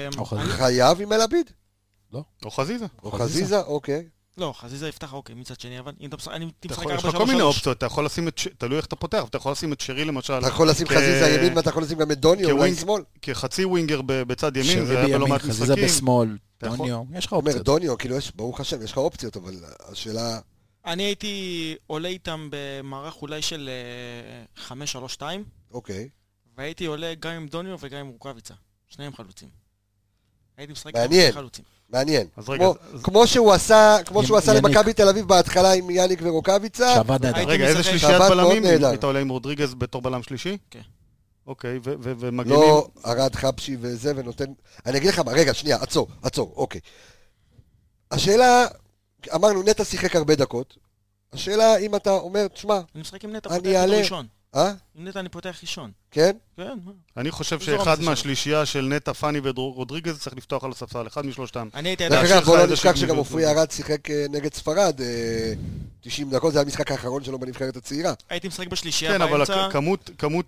Speaker 1: חייב עם אלביד?
Speaker 2: לא.
Speaker 4: או חזיזה.
Speaker 1: או חזיזה, אוקיי.
Speaker 3: לא, חזיזה יפתח אוקיי, מצד שני, אבל אם אתה משחק ארבע שלוש שלוש...
Speaker 4: יש לך כל מיני אופציות, אתה יכול לשים את... תלוי איך אתה פותח, אתה יכול לשים את שרי למשל.
Speaker 1: אתה יכול לשים חזיזה ימין, ואתה יכול לשים גם את דוניו, אולי שמאל.
Speaker 4: כחצי ווינגר בצד ימין,
Speaker 2: זה היה בלא מעט משחקים. חזיזה בשמאל, דוניו, יש לך אופציות.
Speaker 1: דוניו, כאילו יש, ברוך השם, יש לך אופציות, אבל השאלה...
Speaker 3: אני הייתי עולה איתם במערך אולי של חמש שלוש שתיים.
Speaker 1: אוקיי.
Speaker 3: והייתי עולה גם עם דוניו וגם עם רוקאביצה. שניהם חלוצים. הייתי משחק
Speaker 1: עם שני חלוצים. מעניין. כמו שהוא עשה, כמו שהוא עשה למכבי תל אביב בהתחלה עם יניק ורוקאביצה.
Speaker 2: שעבד נהדר.
Speaker 4: רגע, איזה שלישיית בלמים? היית עולה עם רודריגז בתור בלם שלישי?
Speaker 3: כן.
Speaker 4: אוקיי, ומגנים?
Speaker 1: לא, ארד חבשי וזה, ונותן... אני אגיד לך מה, רגע, שנייה, עצור, עצור, אוקיי. השאלה, אמרנו, נטע שיחק הרבה דקות. השאלה, אם אתה אומר, תשמע,
Speaker 3: אני משחק עם נטע, פותח אותו ראשון.
Speaker 1: אה?
Speaker 3: עם נטע אני פותח ראשון.
Speaker 1: כן?
Speaker 3: כן.
Speaker 4: אני חושב שאחד מהשלישייה של נטע, פאני ורודריגז צריך לפתוח על הספסל, אחד משלושתם.
Speaker 3: אני הייתי...
Speaker 1: דרך אגב, בוא לא נשכח שגם עופרי ארד שיחק נגד ספרד תשעים דקות, זה היה המשחק האחרון שלו בנבחרת הצעירה.
Speaker 3: הייתי משחק בשלישייה
Speaker 4: כן,
Speaker 3: באמצע.
Speaker 4: אבל כמות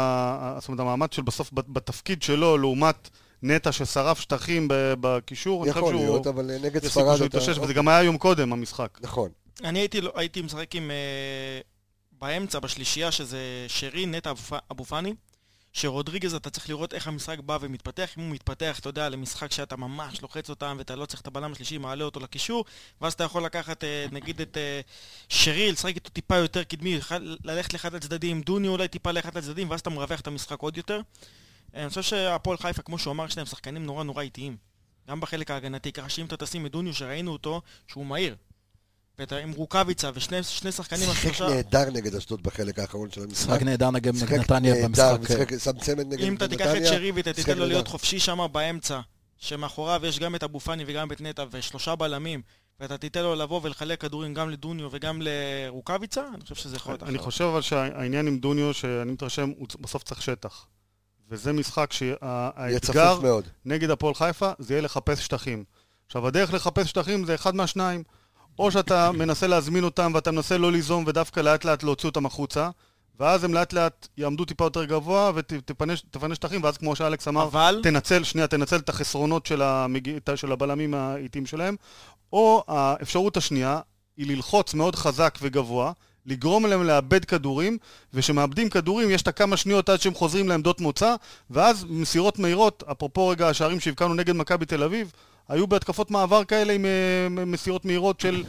Speaker 4: המעמד של בסוף בתפקיד שלו, לעומת נטע ששרף שטחים בקישור,
Speaker 1: יכול להיות, אבל נגד ספרד...
Speaker 4: וזה גם היה יום קודם, המשחק.
Speaker 1: נכון.
Speaker 3: אני הייתי משחק עם... באמצע, בשלישייה, שזה שרי, נטע, אבו פאני, שרודריגז אתה צריך לראות איך המשחק בא ומתפתח. אם הוא מתפתח, אתה יודע, למשחק שאתה ממש לוחץ אותם ואתה לא צריך את הבלם השלישי, מעלה אותו לקישור, ואז אתה יכול לקחת, נגיד, את שרי, לשחק איתו טיפה יותר קדמי, ללכת לאחד לצדדים, דוני אולי טיפה לאחד לצדדים, ואז אתה מרווח את המשחק עוד יותר. אני חושב שהפועל חיפה, כמו שהוא אמר, שלהם שחקנים נורא נורא איטיים. גם בחלק ההגנתי, ככה שאם אתה תשים את דוניו, שראינו אותו, שהוא מהיר. עם רוקאביצה ושני שחקנים
Speaker 1: שיחק נהדר נגד אשדוד בחלק האחרון של המשחק.
Speaker 2: שיחק נהדר נגד נתניה במשחק.
Speaker 1: שם צמד נגד נתניה.
Speaker 3: אם אתה תיקח את שרי ותתן לו להיות חופשי שם באמצע, שמאחוריו יש גם את אבו פאני וגם את נטע ושלושה בלמים, ואתה תיתן לו לבוא ולחלק כדורים גם לדוניו וגם לרוקאביצה, אני חושב שזה יכול להיות אחר.
Speaker 4: אני חושב אבל שהעניין עם דוניו, שאני מתרשם, הוא בסוף צריך שטח. וזה משחק שהאתגר נגד הפועל חיפה, זה יהיה לחפש שטחים. עכשיו, הדרך לחפש שטחים זה אחד מהשניים. או שאתה מנסה להזמין אותם ואתה מנסה לא ליזום ודווקא לאט לאט להוציא אותם החוצה, ואז הם לאט לאט יעמדו טיפה יותר גבוה ותפנה שטחים, ואז כמו שאלכס אמר, אבל... תנצל, שנייה, תנצל את החסרונות של, המג... של הבלמים האיטיים שלהם, או האפשרות השנייה היא ללחוץ מאוד חזק וגבוה, לגרום להם לאבד כדורים, ושמאבדים כדורים יש את הכמה שניות עד שהם חוזרים לעמדות מוצא, ואז מסירות מהירות, אפרופו רגע השערים שהבקענו נגד מכבי תל אביב, היו בהתקפות מעבר כאלה עם מסירות מהירות של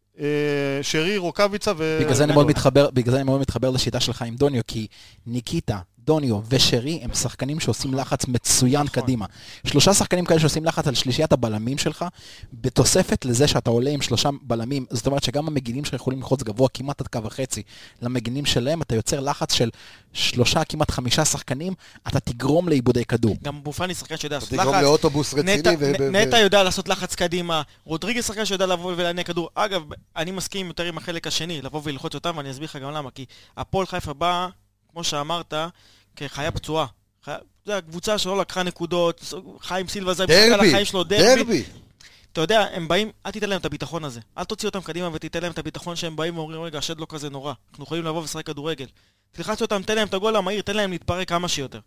Speaker 4: שרי, רוקאביצה ו...
Speaker 2: בגלל זה אני מאוד מתחבר, בגלל זה אני מאוד מתחבר לשיטה שלך עם דוניו, כי ניקיטה, דוניו ושרי הם שחקנים שעושים לחץ מצוין קדימה. שלושה שחקנים כאלה שעושים לחץ על שלישיית הבלמים שלך, בתוספת לזה שאתה עולה עם שלושה בלמים, זאת אומרת שגם המגינים שלך יכולים לחוץ גבוה כמעט עד קו וחצי למגינים שלהם, אתה יוצר לחץ של שלושה, כמעט חמישה שחקנים, אתה תגרום לאיבודי כדור.
Speaker 3: גם בופני שחקן שיודע לעשות
Speaker 1: לחץ. תגרום לאוטובוס רציני.
Speaker 3: נטע יודע לעשות לחץ קדימה, רודריגז שחקן שיודע לבוא ולענה כדור. אגב, אני מסכים יותר עם החלק השני, לבוא וללחוץ אותם, ואני אסביר לך גם למה, כי הפועל חיפה בא, כמו שאמרת, כחיה פצועה. זו הקבוצה שלא לקחה נקודות, חיים סילבה זה
Speaker 1: דרבי,
Speaker 3: החיים שלו, דרבי.
Speaker 1: דרבי.
Speaker 3: אתה יודע, הם באים, אל תיתן להם את הביטחון הזה. אל תוציא אותם קדימה ותיתן להם את הביטחון שהם באים ואומרים, רגע, השד לא כזה נורא. אנחנו יכולים לבוא ושחק כדורגל. תלחץ אותם, תן להם את הגול המהיר, תן להם להתפרק כמה שיותר.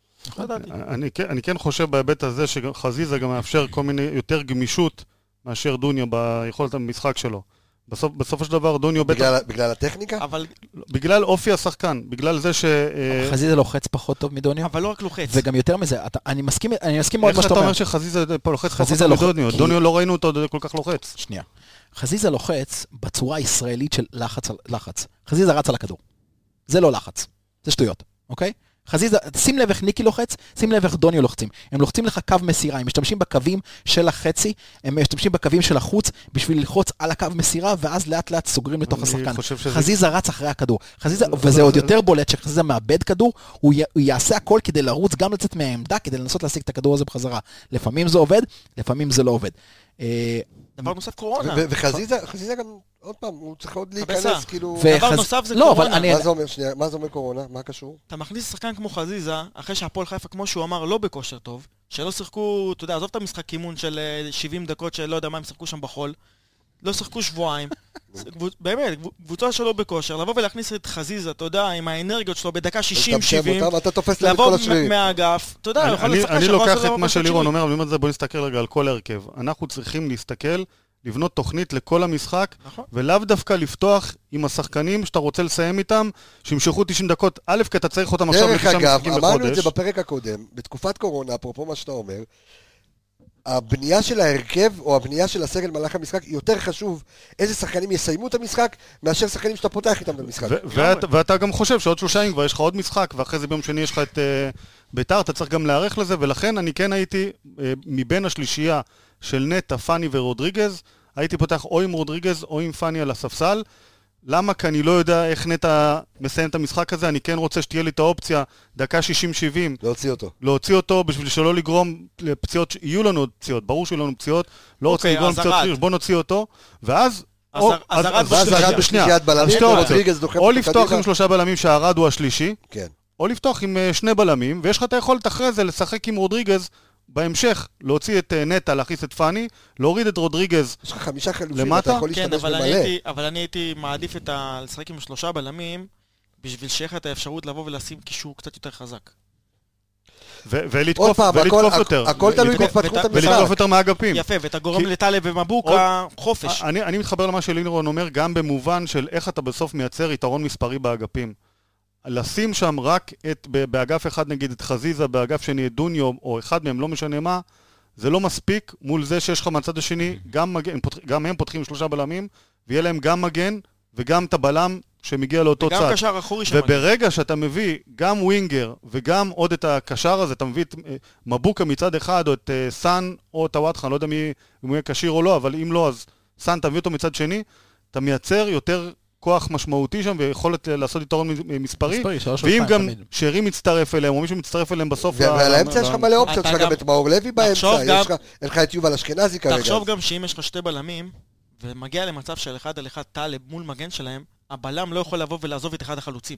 Speaker 4: אני כן חושב בהיבט הזה שחזיזה גם מאפשר כל מיני יותר גמישות מאשר דוניו ביכולת המשחק שלו. בסוף, בסופו של דבר דוניו
Speaker 1: בגלל, בטח... בגלל הטכניקה?
Speaker 3: אבל...
Speaker 4: בגלל אופי השחקן, בגלל זה ש...
Speaker 2: חזיזה לוחץ פחות טוב מדוניו.
Speaker 3: אבל לא רק לוחץ.
Speaker 2: וגם יותר מזה, אתה, אני מסכים, אני מסכים מאוד מה שאתה אומר.
Speaker 4: איך אתה אומר שחזיזה לוחץ פחות טוב מדוניו? כי... דוניו לא ראינו אותו כל כך לוחץ.
Speaker 2: שנייה. חזיזה לוחץ בצורה הישראלית של לחץ על לחץ. חזיזה רץ על הכדור. זה לא לחץ. זה שטויות, אוקיי? חזיזה, שים לב איך ניקי לוחץ, שים לב איך דוניו לוחצים. הם לוחצים לך קו מסירה, הם משתמשים בקווים של החצי, הם משתמשים בקווים של החוץ, בשביל ללחוץ על הקו מסירה, ואז לאט לאט סוגרים לתוך השחקן. שזה... חזיזה רץ אחרי הכדור. חזיזה, וזה עוד יותר בולט שחזיזה מאבד כדור, הוא, י... הוא יעשה הכל כדי לרוץ, גם לצאת מהעמדה, כדי לנסות להשיג את הכדור הזה בחזרה. לפעמים זה עובד, לפעמים זה לא עובד.
Speaker 3: דבר נוסף קורונה.
Speaker 1: וחזיזה, חזיזה גם, עוד פעם, הוא צריך עוד להיכנס, כאילו...
Speaker 3: דבר נוסף זה קורונה.
Speaker 1: מה זה אומר, שנייה, מה זה אומר קורונה? מה קשור?
Speaker 3: אתה מכניס שחקן כמו חזיזה, אחרי שהפועל חיפה, כמו שהוא אמר, לא בכושר טוב, שלא שיחקו, אתה יודע, עזוב את המשחק אימון של שבעים דקות, שלא יודע מה הם שיחקו שם בחול, לא שיחקו שבועיים, באמת, קבוצה שלו בכושר, לבוא ולהכניס את חזיזה, אתה יודע, עם האנרגיות שלו בדקה שישים שבעים, לבוא מהאגף, אתה יודע,
Speaker 4: אני לוקח את מה שלירון אומר, אבל בואו נסתכל רגע על כל הרכב. אנחנו צריכים להסתכל, לבנות תוכנית לכל המשחק, ולאו דווקא לפתוח עם השחקנים שאתה רוצה לסיים איתם, שימשכו תשעים דקות, א', כי אתה צריך אותם עכשיו
Speaker 1: לתשעה משחקים בחודש. אמרנו את זה בפרק הקודם, בתקופת קורונה, אפרופו מה שאתה אומר, הבנייה של ההרכב או הבנייה של הסגל מלאך המשחק יותר חשוב איזה שחקנים יסיימו את המשחק מאשר שחקנים שאתה פותח איתם את המשחק.
Speaker 4: ואתה גם חושב שעוד שלושה ימים כבר יש לך עוד משחק ואחרי זה ביום שני יש לך את ביתר, אתה צריך גם להערך לזה, ולכן אני כן הייתי מבין השלישייה של נטה, פני ורודריגז, הייתי פותח או עם רודריגז או עם פני על הספסל. למה? כי אני לא יודע איך נטה מסיים את המשחק הזה, אני כן רוצה שתהיה לי את האופציה, דקה שישים שבעים.
Speaker 1: להוציא אותו.
Speaker 4: להוציא אותו בשביל שלא לגרום לפציעות, יהיו לנו פציעות, ברור שיהיו לנו פציעות, לא רוצה לגרום פציעות, בוא נוציא אותו, ואז...
Speaker 1: הזרד בשלישיית בלמים,
Speaker 4: או לפתוח עם שלושה בלמים שהרד הוא השלישי, או לפתוח עם שני בלמים, ויש לך את היכולת אחרי זה לשחק עם רודריגז, בהמשך, להוציא את נטה, להכניס את פני, להוריד את רודריגז
Speaker 1: יש לך חמישה חלופים, אתה יכול להשתמש במלא.
Speaker 3: אבל אני הייתי מעדיף את לשחק עם שלושה בלמים, בשביל שיהיה את האפשרות לבוא ולשים קישור קצת יותר חזק.
Speaker 4: ולתקוף יותר.
Speaker 1: הכל תלוי בהתפתחות המשחק.
Speaker 4: ולתקוף יותר מהאגפים.
Speaker 3: יפה, ואתה גורם לטלב ומבוקה חופש.
Speaker 4: אני מתחבר למה שלינרון אומר, גם במובן של איך אתה בסוף מייצר יתרון מספרי באגפים. לשים שם רק את, באגף אחד נגיד את חזיזה, באגף שני את דוניו, או אחד מהם, לא משנה מה, זה לא מספיק מול זה שיש לך מהצד השני, גם, מגן, גם הם פותחים שלושה בלמים, ויהיה להם גם מגן וגם את הבלם שמגיע לאותו צד.
Speaker 3: וגם קשר אחורי שמגיע.
Speaker 4: וברגע שאתה מביא גם ווינגר וגם עוד את הקשר הזה, אתה מביא את מבוקה מצד אחד, או את סן או את הוואטחה, לא יודע מי, אם הוא יהיה קשיר או לא, אבל אם לא, אז סן תביא אותו מצד שני, אתה מייצר יותר כוח משמעותי שם, ויכולת לעשות יתרון מספרי, ואם גם שרי מצטרף אליהם, או מישהו מצטרף אליהם בסוף...
Speaker 1: ועל האמצע יש לך מלא אופציות, יש לך גם את מאור לוי באמצע, יש לך את יובל אשכנזי כרגע.
Speaker 3: תחשוב גם שאם יש לך שתי בלמים, ומגיע למצב של אחד על אחד טלב מול מגן שלהם, הבלם לא יכול לבוא ולעזוב את אחד החלוצים.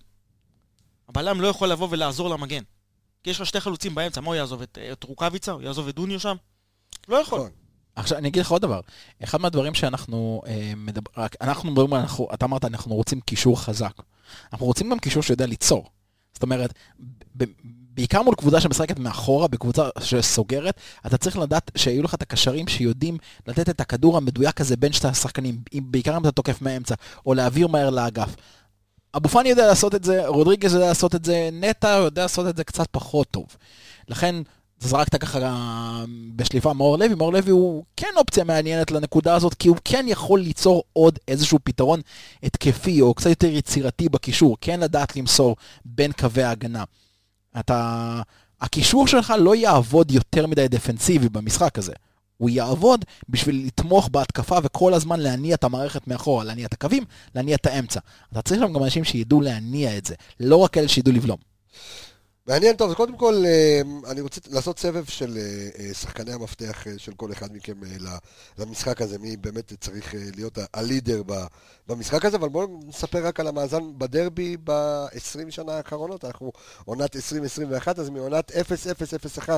Speaker 3: הבלם לא יכול לבוא ולעזור למגן. כי יש לך שתי חלוצים באמצע, מה הוא יעזוב? את רוקאביצה? הוא יעזוב את דוניו שם? לא יכול.
Speaker 2: עכשיו, אני אגיד לך עוד דבר. אחד מהדברים שאנחנו אה, מדבר, אנחנו מדברים, אנחנו, אתה אמרת, אנחנו רוצים קישור חזק. אנחנו רוצים גם קישור שיודע ליצור. זאת אומרת, ב, בעיקר מול קבוצה שמשחקת מאחורה, בקבוצה שסוגרת, אתה צריך לדעת שיהיו לך את הקשרים שיודעים לתת את הכדור המדויק הזה בין שתי השחקנים, בעיקר אם אתה תוקף מהאמצע, או להעביר מהר לאגף. אבו פאני יודע לעשות את זה, רודריגז יודע לעשות את זה, נטה יודע לעשות את זה קצת פחות טוב. לכן, זרקת ככה בשליפה מאור לוי, מאור לוי הוא כן אופציה מעניינת לנקודה הזאת, כי הוא כן יכול ליצור עוד איזשהו פתרון התקפי, או קצת יותר יצירתי בקישור, כן לדעת למסור בין קווי ההגנה. אתה, הקישור שלך לא יעבוד יותר מדי דפנסיבי במשחק הזה, הוא יעבוד בשביל לתמוך בהתקפה וכל הזמן להניע את המערכת מאחורה, להניע את הקווים, להניע את האמצע. אתה צריך גם אנשים שידעו להניע את זה, לא רק אלה שידעו לבלום.
Speaker 1: מעניין, טוב, אז קודם כל, אני רוצה לעשות סבב של שחקני המפתח של כל אחד מכם למשחק הזה, מי באמת צריך להיות הלידר במשחק הזה, אבל בואו נספר רק על המאזן בדרבי ב-עשרים שנה האחרונות, אנחנו עונת עשרים עשרים ואחת, אז מעונת אפס אפס אפס אחת,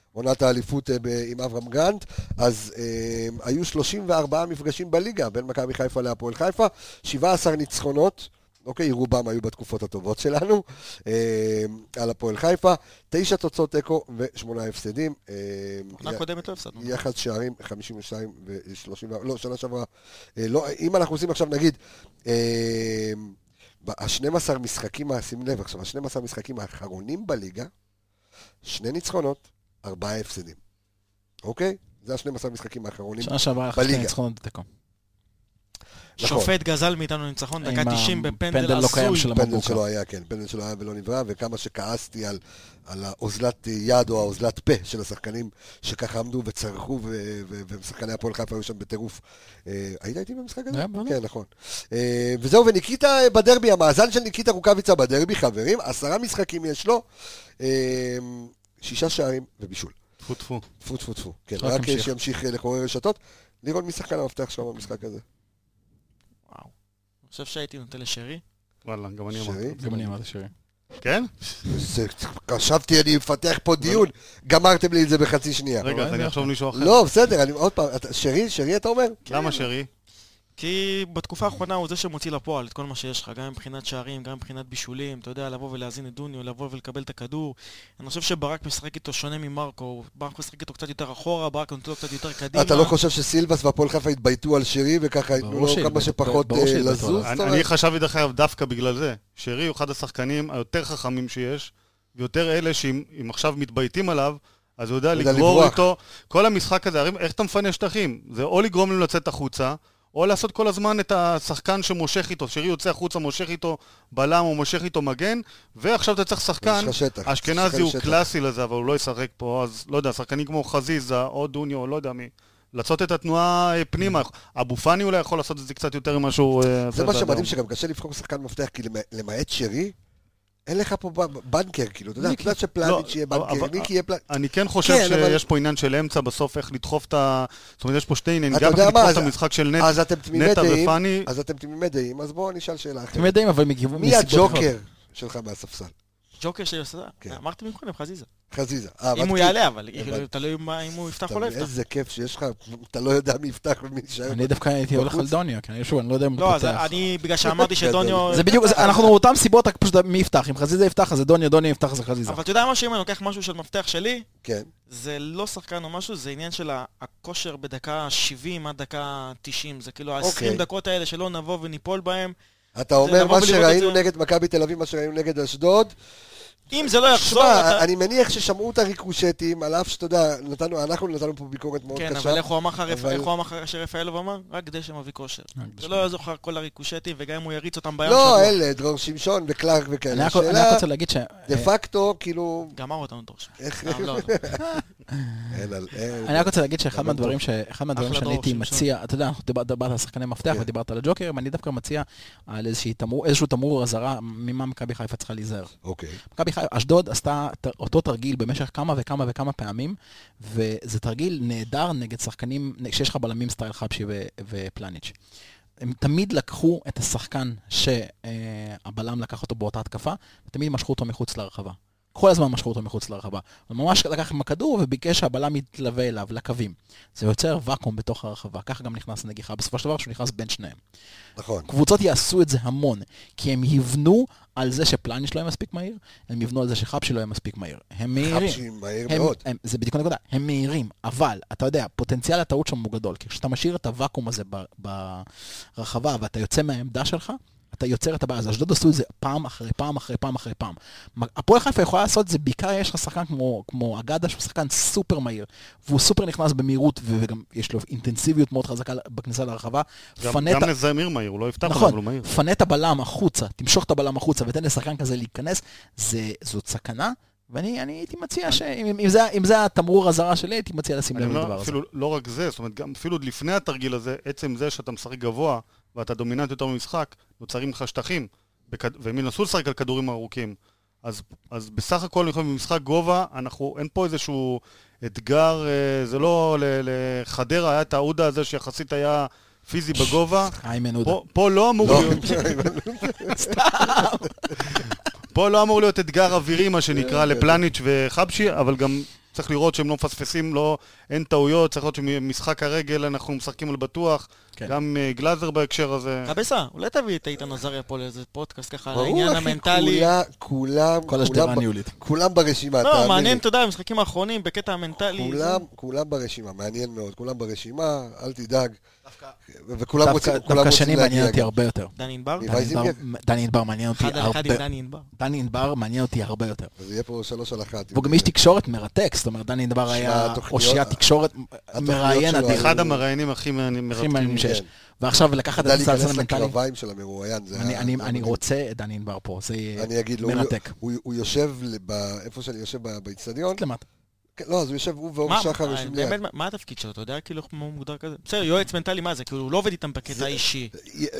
Speaker 1: עונת האליפות עם אברהם גרנט, אז היו שלושים וארבעה מפגשים בליגה בין מכבי חיפה להפועל חיפה, שבעה עשר ניצחונות, אוקיי, רובם היו בתקופות הטובות שלנו, אה, על הפועל חיפה, תשע תוצאות אקו ושמונה הפסדים.
Speaker 3: עונה קודמת לא הפסדנו.
Speaker 1: יחד שערים חמישים ושתיים ו-שלושים, לא, שנה שעברה, אה, לא, אם אנחנו עושים עכשיו נגיד, אה, ה-שנים עשר משחקים, שים לב עכשיו, ה-שנים עשר משחקים האחרונים בליגה, שני ניצחונות, ארבעה הפסדים. אוקיי? זה ה-שנים עשר משחקים האחרונים
Speaker 2: בליגה. שנה שעברה שני ניצחונות בתיקו.
Speaker 3: שופט גזל מאיתנו ניצחון, דקה תשעים בפנדל עשוי.
Speaker 1: פנדל שלו היה, כן, פנדל שלו היה ולא נברא, וכמה שכעסתי על, על האוזלת יד או האוזלת פה של השחקנים שככה עמדו וצרחו, ושחקני הפועל חיפה היו שם בטירוף. היית איתי במשחק הזה? כן, נכון. וזהו, וניקיטה בדרבי, המאזן של ניקיטה רוקביצה בדרבי, חברים, עשרה משחקים יש לו, שישה שערים ובישול.
Speaker 4: טפו טפו.
Speaker 1: טפו טפו טפו. כן, רק שימשיך לחורר רשתות. לירון, מי שחקן המפתח שם במשחק הזה?
Speaker 3: וואו. אני חושב שהייתי נוטה לשרי.
Speaker 4: וואלה, גם אני אמרתי.
Speaker 2: גם אני אמרתי שרי.
Speaker 4: כן?
Speaker 1: חשבתי, אני אפתח פה דיון, גמרתם לי את זה בחצי שנייה.
Speaker 4: רגע, אז אני אחשוב מישהו אחר.
Speaker 1: לא, בסדר, אני עוד פעם, שרי, שרי אתה אומר?
Speaker 4: למה שרי?
Speaker 3: כי בתקופה האחרונה הוא זה שמוציא לפועל את כל מה שיש לך, גם מבחינת שערים, גם מבחינת בישולים, אתה יודע, לבוא ולהזין את דוניו, לבוא ולקבל את הכדור. אני חושב שברק משחק איתו שונה ממרקו, ברק משחק איתו קצת יותר אחורה, ברק נותן לו קצת יותר קדימה.
Speaker 1: אתה לא חושב שסילבס והפועל חיפה התבייתו על שרי, וככה יתנו לו כמה שפחות לזוז?
Speaker 4: אני חשבתי דרך אגב דווקא בגלל זה. שרי הוא אחד השחקנים היותר חכמים שיש, ויותר אלה שאם עכשיו מתבייתים עליו, אז הוא יודע לגרור איתו. כל המשחק הזה, איך אתה מפנה שטחים? זה או לגרום לו לצאת החוצה, או לעשות כל הזמן את השחקן שמושך איתו, שרי יוצא החוצה, מושך איתו בלם או מושך איתו מגן, ועכשיו אתה צריך שחקן, אשכנזי הוא קלאסי לזה, אבל הוא לא ישחק פה, אז לא יודע, שחקנים כמו חזיזה או דוניו, או לא יודע מי, לעשות את התנועה פנימה. אבו פאני אולי יכול לעשות את זה קצת יותר משהו...
Speaker 1: זה מה שמדהים שגם קשה לבחור שחקן מפתח, כי למעט שרי, אין לך פה בנקר, כאילו, אתה יודע, אתה יודע שפלניץ' יהיה בנקר, ניק יהיה פלניץ'.
Speaker 4: אני כן חושב שיש פה עניין של אמצע בסוף, איך לדחוף את ה... זאת אומרת, יש פה שתי עניינים, גם איך לדחוף את המשחק של נטע ופני.
Speaker 1: אז אתם תמימי דעים, אז בואו נשאל שאלה אחרת.
Speaker 2: תמימי דעים, אבל מגיבו...
Speaker 1: מי הג'וקר שלך מהספסל?
Speaker 3: ג'וקר שלי עושה, אמרתי מקודם, חזיזה.
Speaker 1: חזיזה.
Speaker 3: אם הוא יעלה, אבל תלוי אם הוא יפתח או לא יפתח.
Speaker 1: איזה כיף שיש לך, אתה לא יודע מי יפתח ומי יישאר.
Speaker 2: אני דווקא הייתי הולך על דוניו, כי אני לא יודע אם הוא פותח.
Speaker 3: לא, אני, בגלל שאמרתי שדוניו...
Speaker 2: זה בדיוק, אנחנו אותם סיבות, רק פשוט מי יפתח. אם חזיזה יפתח, אז זה דוניו, דוניו יפתח, זה חזיזה.
Speaker 3: אבל אתה יודע משהו, אם אני לוקח משהו של מפתח שלי,
Speaker 1: כן.
Speaker 3: זה לא שחקן או משהו, זה עניין של הכושר בדקה שבעים עד דקה תשעים. זה כאילו ה-עשרים דקות האלה שלא נבוא וניפול בהם.
Speaker 1: אתה אומר מה שראינו נגד מכבי תל אביב, מה שראינו נגד אשדוד.
Speaker 3: אם זה לא יחזור...
Speaker 1: שמה, אני מניח ששמעו את הריקושטים, על אף שאתה יודע, אנחנו נתנו פה ביקורת מאוד קשה.
Speaker 3: כן, אבל איך הוא אמר אחרי שרפאלוב אמר? רק דשא מביא כושר. זה לא זוכר כל הריקושטים, וגם אם הוא יריץ אותם בים שבוע.
Speaker 1: לא, אלה, דרור שמשון וקלארק וכאלה.
Speaker 2: אני רק רוצה להגיד ש...
Speaker 1: דה פקטו, כאילו...
Speaker 3: גמר אותנו דרור
Speaker 1: שמשון.
Speaker 2: אני רק רוצה להגיד שאחד מהדברים שאני הייתי מציע, אתה יודע, אנחנו דיברת על שחקני מפתח ודיברת על הג'וקר, ואני דווקא מציע על איזשהו תמרור אזהרה ממה מכבי חיפה צריכה להיזהר.
Speaker 1: אוקיי.
Speaker 2: מכבי חיפה, אשדוד עשתה אותו תרגיל במשך כמה וכמה וכמה פעמים, וזה תרגיל נהדר נגד שחקנים, שיש לך בלמים סטייל חבשי ופלניץ'. הם תמיד לקחו את השחקן שהבלם לקח אותו באותה התקפה, ותמיד משכו אותו מחוץ לרחבה. כל הזמן משכו אותו מחוץ לרחבה. הוא ממש לקח עם הכדור וביקש שהבלם יתלווה אליו, לקווים. זה יוצר וקום בתוך הרחבה. ככה גם נכנס לנגיחה. בסופו של דבר שהוא נכנס בין שניהם.
Speaker 1: נכון.
Speaker 2: קבוצות יעשו את זה המון, כי הם יבנו על זה שפלניץ' לא יהיה מספיק מהיר, הם יבנו על זה שחבשי לא יהיה מספיק מהיר. הם מהירים.
Speaker 1: חבשי מהיר מאוד.
Speaker 2: הם, זה בדיוק הנקודה. הם מהירים, אבל אתה יודע, פוטנציאל הטעות שם הוא גדול, כי כשאתה משאיר את הוואקום הזה ברחבה ואתה יוצא מהעמדה שלך, אתה יוצר את הבעיה. אז אשדוד עשו את זה פעם אחרי פעם אחרי פעם אחרי פעם. הפועל חיפה יכולה לעשות את זה, בעיקר יש לך שחקן כמו, כמו אגדה, שהוא שחקן סופר מהיר, והוא סופר נכנס במהירות, וגם יש לו אינטנסיביות מאוד חזקה בכניסה לרחבה.
Speaker 4: גם, פנט... גם נזמיר מהיר, הוא לא יפתח
Speaker 2: נכון,
Speaker 4: עליו, הוא מהיר.
Speaker 2: פנה את הבלם החוצה, תמשוך את הבלם החוצה, ותן לשחקן כזה להיכנס, זה, זאת סכנה, ואני אני הייתי מציע שאם אם זה, אם זה התמרור הזרה שלי, הייתי מציע לשים לב לדבר הזה.
Speaker 4: אפילו לא רק זה, זאת אומרת, גם אפילו לפני התרגיל הזה, עצם זה שאתה משחק גבוה, ואתה דומיננט יותר במשחק, נוצרים לך שטחים, והם ינסו לשחק על כדורים ארוכים. אז, אז בסך הכל, אני חושב, במשחק גובה, אנחנו, אין פה איזשהו אתגר, זה לא לחדרה, היה את העודה הזה שיחסית היה פיזי בגובה. פה, פה לא אמור להיות... סתם! פה לא אמור להיות אתגר אווירי, מה שנקרא, לפלניץ' וחבשי, אבל גם צריך לראות שהם לא מפספסים, לא, אין טעויות, צריך לראות שמשחק הרגל אנחנו משחקים על בטוח, כן. גם גלאזר בהקשר הזה.
Speaker 3: קבסה, אולי תביא את איתן עזריה פה לאיזה פודקאסט ככה, העניין המנטלי.
Speaker 1: כולם,
Speaker 2: כל השדרה הניהולית.
Speaker 1: כולם ברשימה.
Speaker 3: לא, מעניין, אתה יודע, המשחקים האחרונים בקטע המנטלי.
Speaker 1: כולם, כולם ברשימה, מעניין מאוד, כולם ברשימה, אל תדאג.
Speaker 2: וכולם רוצים להגיע. דווקא שני מעניין אותי הרבה יותר.
Speaker 3: דני ענבר?
Speaker 2: דני ענבר מעניין אותי הרבה.
Speaker 3: אחד על אחד עם דני ענבר.
Speaker 2: דני ענבר מעניין אותי הרבה יותר.
Speaker 1: אז יהיה פה שלוש על אחת.
Speaker 2: והוא גם איש תקשורת מרתק, זאת אומרת, דני ענבר היה אושיית תקשורת מראיין אדיר.
Speaker 4: אחד המראיינים הכי מרתקים
Speaker 2: שיש. ועכשיו לקחת את הצד המנטלי.
Speaker 1: לקרביים של המרואיין.
Speaker 2: אני רוצה את דני ענבר פה, זה מרתק.
Speaker 1: הוא יושב, איפה שאני יושב באצטדיון.
Speaker 2: למטה.
Speaker 1: לא, אז הוא יושב, הוא ואור שחר יושבים ליד.
Speaker 3: באמת, מה התפקיד שלו? אתה יודע כאילו איך הוא מוגדר כזה? בסדר, יועץ מנטלי, מה זה? כאילו הוא לא עובד איתם בקטע אישי.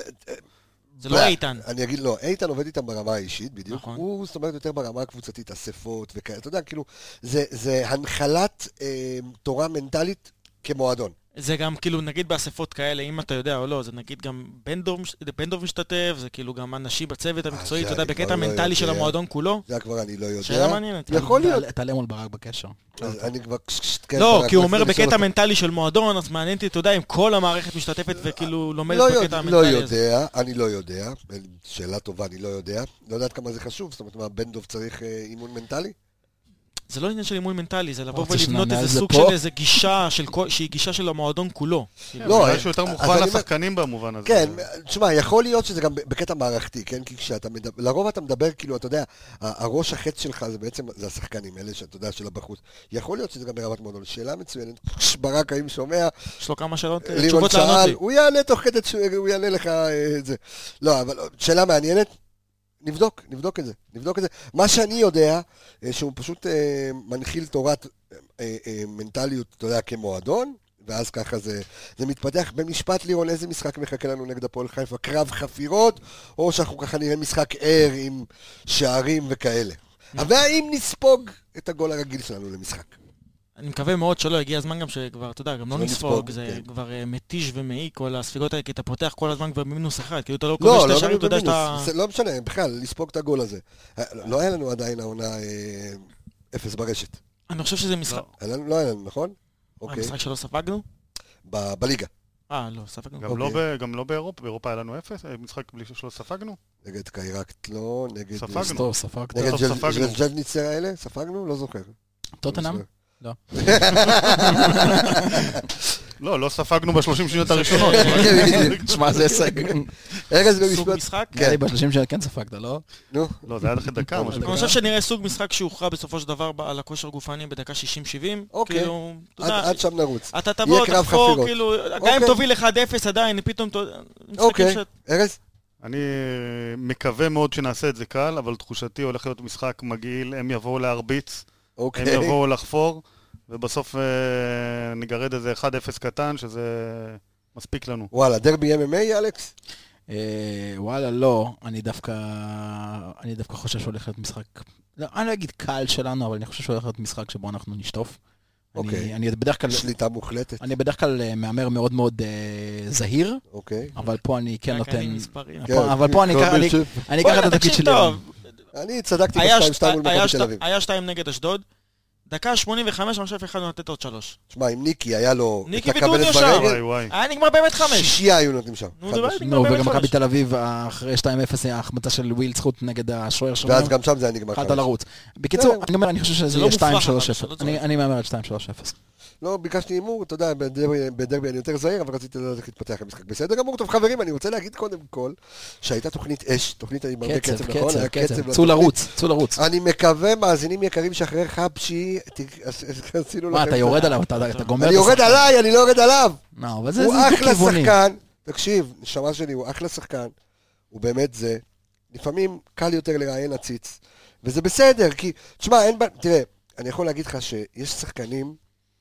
Speaker 3: זה לא איתן.
Speaker 1: אני אגיד, לא, איתן עובד איתם ברמה האישית, בדיוק. הוא, זאת אומרת, יותר ברמה הקבוצתית, אספות וכאלה. אתה יודע, כאילו, זה הנחלת תורה מנטלית כמועדון.
Speaker 3: זה גם כאילו נגיד באספות כאלה, אם אתה יודע או לא, זה נגיד גם בנדוב משתתף, זה כאילו גם אנשים בצוות המקצועי, אתה יודע, בקטע המנטלי של המועדון כולו.
Speaker 1: זה כבר אני לא יודע.
Speaker 3: שאלה מעניינת.
Speaker 1: יכול להיות.
Speaker 2: תעלה מול ברק בקשר.
Speaker 1: אני כבר...
Speaker 3: לא, כי הוא אומר בקטע המנטלי של מועדון, אז מעניינתי, אתה יודע, אם כל המערכת משתתפת וכאילו לומדת בקטע המנטלי.
Speaker 1: לא יודע, אני לא יודע. שאלה טובה, אני לא יודע. לא יודעת כמה זה חשוב, זאת אומרת, מה, בנדוב צריך אימון מנטלי?
Speaker 3: זה לא עניין של אימון מנטלי, זה לבוא ולבנות איזה סוג של איזה גישה, שהיא גישה של המועדון כולו.
Speaker 4: לא, יש יותר מוכן לשחקנים במובן הזה.
Speaker 1: כן, תשמע, יכול להיות שזה גם בקטע מערכתי, כן? כי כשאתה מדבר, לרוב אתה מדבר, כאילו, אתה יודע, הראש החץ שלך זה בעצם, זה השחקנים, אלה שאתה יודע, של הבחוץ. יכול להיות שזה גם ברמת מועדון. שאלה מצוינת, ברק, האם שומע?
Speaker 3: יש לו כמה שאלות,
Speaker 1: תשובות לענות לי. הוא יענה תוך כדי, הוא יענה לך את זה. לא, אבל שאלה מעניינת. נבדוק, נבדוק את זה, נבדוק את זה. מה שאני יודע, שהוא פשוט אה, מנחיל תורת אה, אה, מנטליות, אתה יודע, כמועדון, ואז ככה זה, זה מתפתח. במשפט לירון, איזה משחק מחכה לנו נגד הפועל חיפה? קרב חפירות, או שאנחנו ככה נראה משחק ער עם שערים וכאלה. אבל האם נספוג את הגול הרגיל שלנו למשחק?
Speaker 3: אני מקווה מאוד שלא, הגיע הזמן גם שכבר, אתה יודע, גם לא נספוג, זה כבר מתיש ומעיק, כל הספיגות האלה, כי אתה פותח כל הזמן כבר במינוס אחד, כאילו אתה לא קובע שתי שערים, אתה יודע שאתה...
Speaker 1: לא משנה, בכלל, לספוג את הגול הזה. לא היה לנו עדיין העונה אפס ברשת.
Speaker 3: אני חושב שזה משחק...
Speaker 1: לא היה לנו, נכון?
Speaker 3: המשחק שלא ספגנו?
Speaker 1: בליגה.
Speaker 3: אה, לא, ספגנו.
Speaker 4: גם לא באירופה, באירופה היה לנו אפס, משחק בלי שלא ספגנו?
Speaker 1: נגד קיירקט לא, נגד...
Speaker 4: ספגנו.
Speaker 1: נגד ג'לניצר האלה, ספגנו? לא זוכר.
Speaker 2: טוטנאם? לא.
Speaker 4: לא, לא ספגנו בשלושים שניות הראשונות.
Speaker 2: תשמע, זה הישג.
Speaker 3: סוג משחק?
Speaker 2: כן, בשלושים שניות כן ספגת, לא?
Speaker 1: נו.
Speaker 4: לא, זה היה לכם דקה.
Speaker 3: אני חושב שנראה סוג משחק שהוכרע בסופו של דבר על הכושר גופני בדקה שישים שבעים.
Speaker 1: אוקיי, עד שם נרוץ.
Speaker 3: אתה תבוא, תחפור, כאילו, גם אם תוביל אחד אפס עדיין, פתאום...
Speaker 1: אוקיי, ארז?
Speaker 4: אני מקווה מאוד שנעשה את זה קל, אבל תחושתי הולך להיות משחק מגעיל, הם יבואו להרביץ. הם יבואו לחפור, ובסוף נגרד איזה אחד אפס קטן, שזה מספיק לנו.
Speaker 1: וואלה, דרבי אם אם איי, אלכס?
Speaker 2: וואלה, לא. אני דווקא אני דווקא חושב שהולך להיות משחק, אני לא אגיד קל שלנו, אבל אני חושב שהולך להיות משחק שבו אנחנו נשטוף. אני בדרך כלל...
Speaker 1: שליטה מוחלטת.
Speaker 2: אני בדרך כלל מאמר מאוד מאוד זהיר, אבל פה אני כן נותן... אבל פה אני אקח את התפקיד שלי.
Speaker 1: אני צדקתי ב-שתיים שתיים מול מכבי תל אביב.
Speaker 3: היה שתיים נגד אשדוד, דקה שמונים וחמש, אני חושב אחד נותנת עוד שלוש.
Speaker 1: תשמע, עם ניקי היה לו...
Speaker 3: ניקי ודוניו שם. היה נגמר באמת חמש.
Speaker 1: שישייה היו נותנים שם.
Speaker 2: נו, וגם מכבי תל אביב, אחרי שתיים אפס, ההחמצה של וויל זכות נגד השוער שלנו.
Speaker 1: ואז גם שם זה היה נגמר חמש.
Speaker 2: חלת לרוץ. בקיצור, אני אומר, אני חושב שזה יהיה שתיים שלוש אפס. אני מאמר את שתיים שלוש אפס.
Speaker 1: לא, ביקשתי אימור, אתה יודע, בדרבי אני יותר זהיר, אבל רציתי לדעת איך להתפתח המשחק. בסדר גמור, טוב חברים, אני רוצה להגיד קודם כל, שהייתה תוכנית אש, תוכנית עם הרבה קצב, נכון?
Speaker 2: קצב, צאו לרוץ, צאו לרוץ.
Speaker 1: אני מקווה, מאזינים יקרים, שאחרי חבשי, עשינו לכם...
Speaker 2: מה, אתה יורד עליו, אתה גומר את
Speaker 1: אני יורד עליי, אני לא יורד עליו.
Speaker 2: הוא
Speaker 1: אחלה שחקן, תקשיב, נשמה שלי, הוא אחלה שחקן, הוא באמת זה, לפעמים קל יותר לראיין הציץ, וזה בסדר, כי, תשמע, אין... תראה, אני יכול להגיד לך שיש שחקנים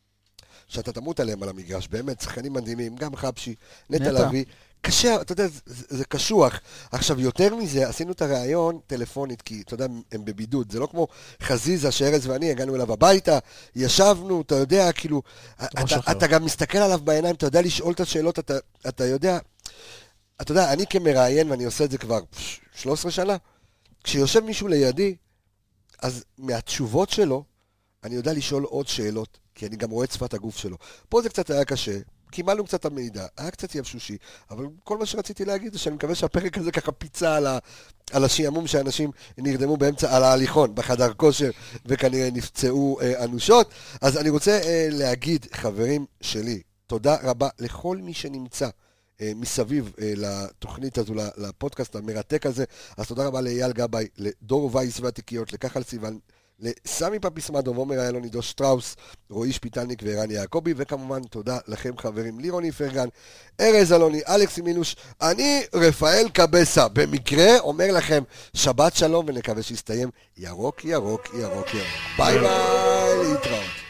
Speaker 1: שאתה תמות עליהם על המגרש, באמת, שחקנים מדהימים, גם חבשי, נטע לביא, קשה, אתה יודע, זה, זה קשוח. עכשיו, יותר מזה, עשינו את הרעיון טלפונית, כי, אתה יודע, הם בבידוד, זה לא כמו חזיזה, שארז ואני הגענו אליו הביתה, ישבנו, אתה יודע, כאילו, אתה, אתה גם מסתכל עליו בעיניים, אתה יודע לשאול את השאלות, אתה, אתה יודע, אתה יודע, אני כמראיין, ואני עושה את זה כבר שלוש עשרה שנה, כשיושב מישהו לידי, אז מהתשובות שלו, אני יודע לשאול עוד שאלות, כי אני גם רואה את שפת הגוף שלו. פה זה קצת היה קשה, קיבלנו קצת המידע, היה קצת יבשושי, אבל כל מה שרציתי להגיד זה שאני מקווה שהפרק הזה ככה פיצה על, ה, על השיעמום שאנשים נרדמו באמצע, על ההליכון בחדר כושר, וכנראה נפצעו אה, אנושות. אז אני רוצה אה, להגיד, חברים שלי, תודה רבה לכל מי שנמצא אה, מסביב אה, לתוכנית הזו, לפודקאסט המרתק הזה. אז תודה רבה לאייל גבאי, לדור וייס והתיקיות, לכחל סיוון, לסמי פפיסמדו, ועומר איילון, עידו שטראוס, רועי שפיטלניק וערן יעקבי, וכמובן תודה לכם חברים, לירוני פרגן, ארז אלוני, אלכס מינוש, אני רפאל קבסה, במקרה אומר לכם שבת שלום, ונקווה שיסתיים ירוק ירוק ירוק ירוק. ביי ביי, להתראות.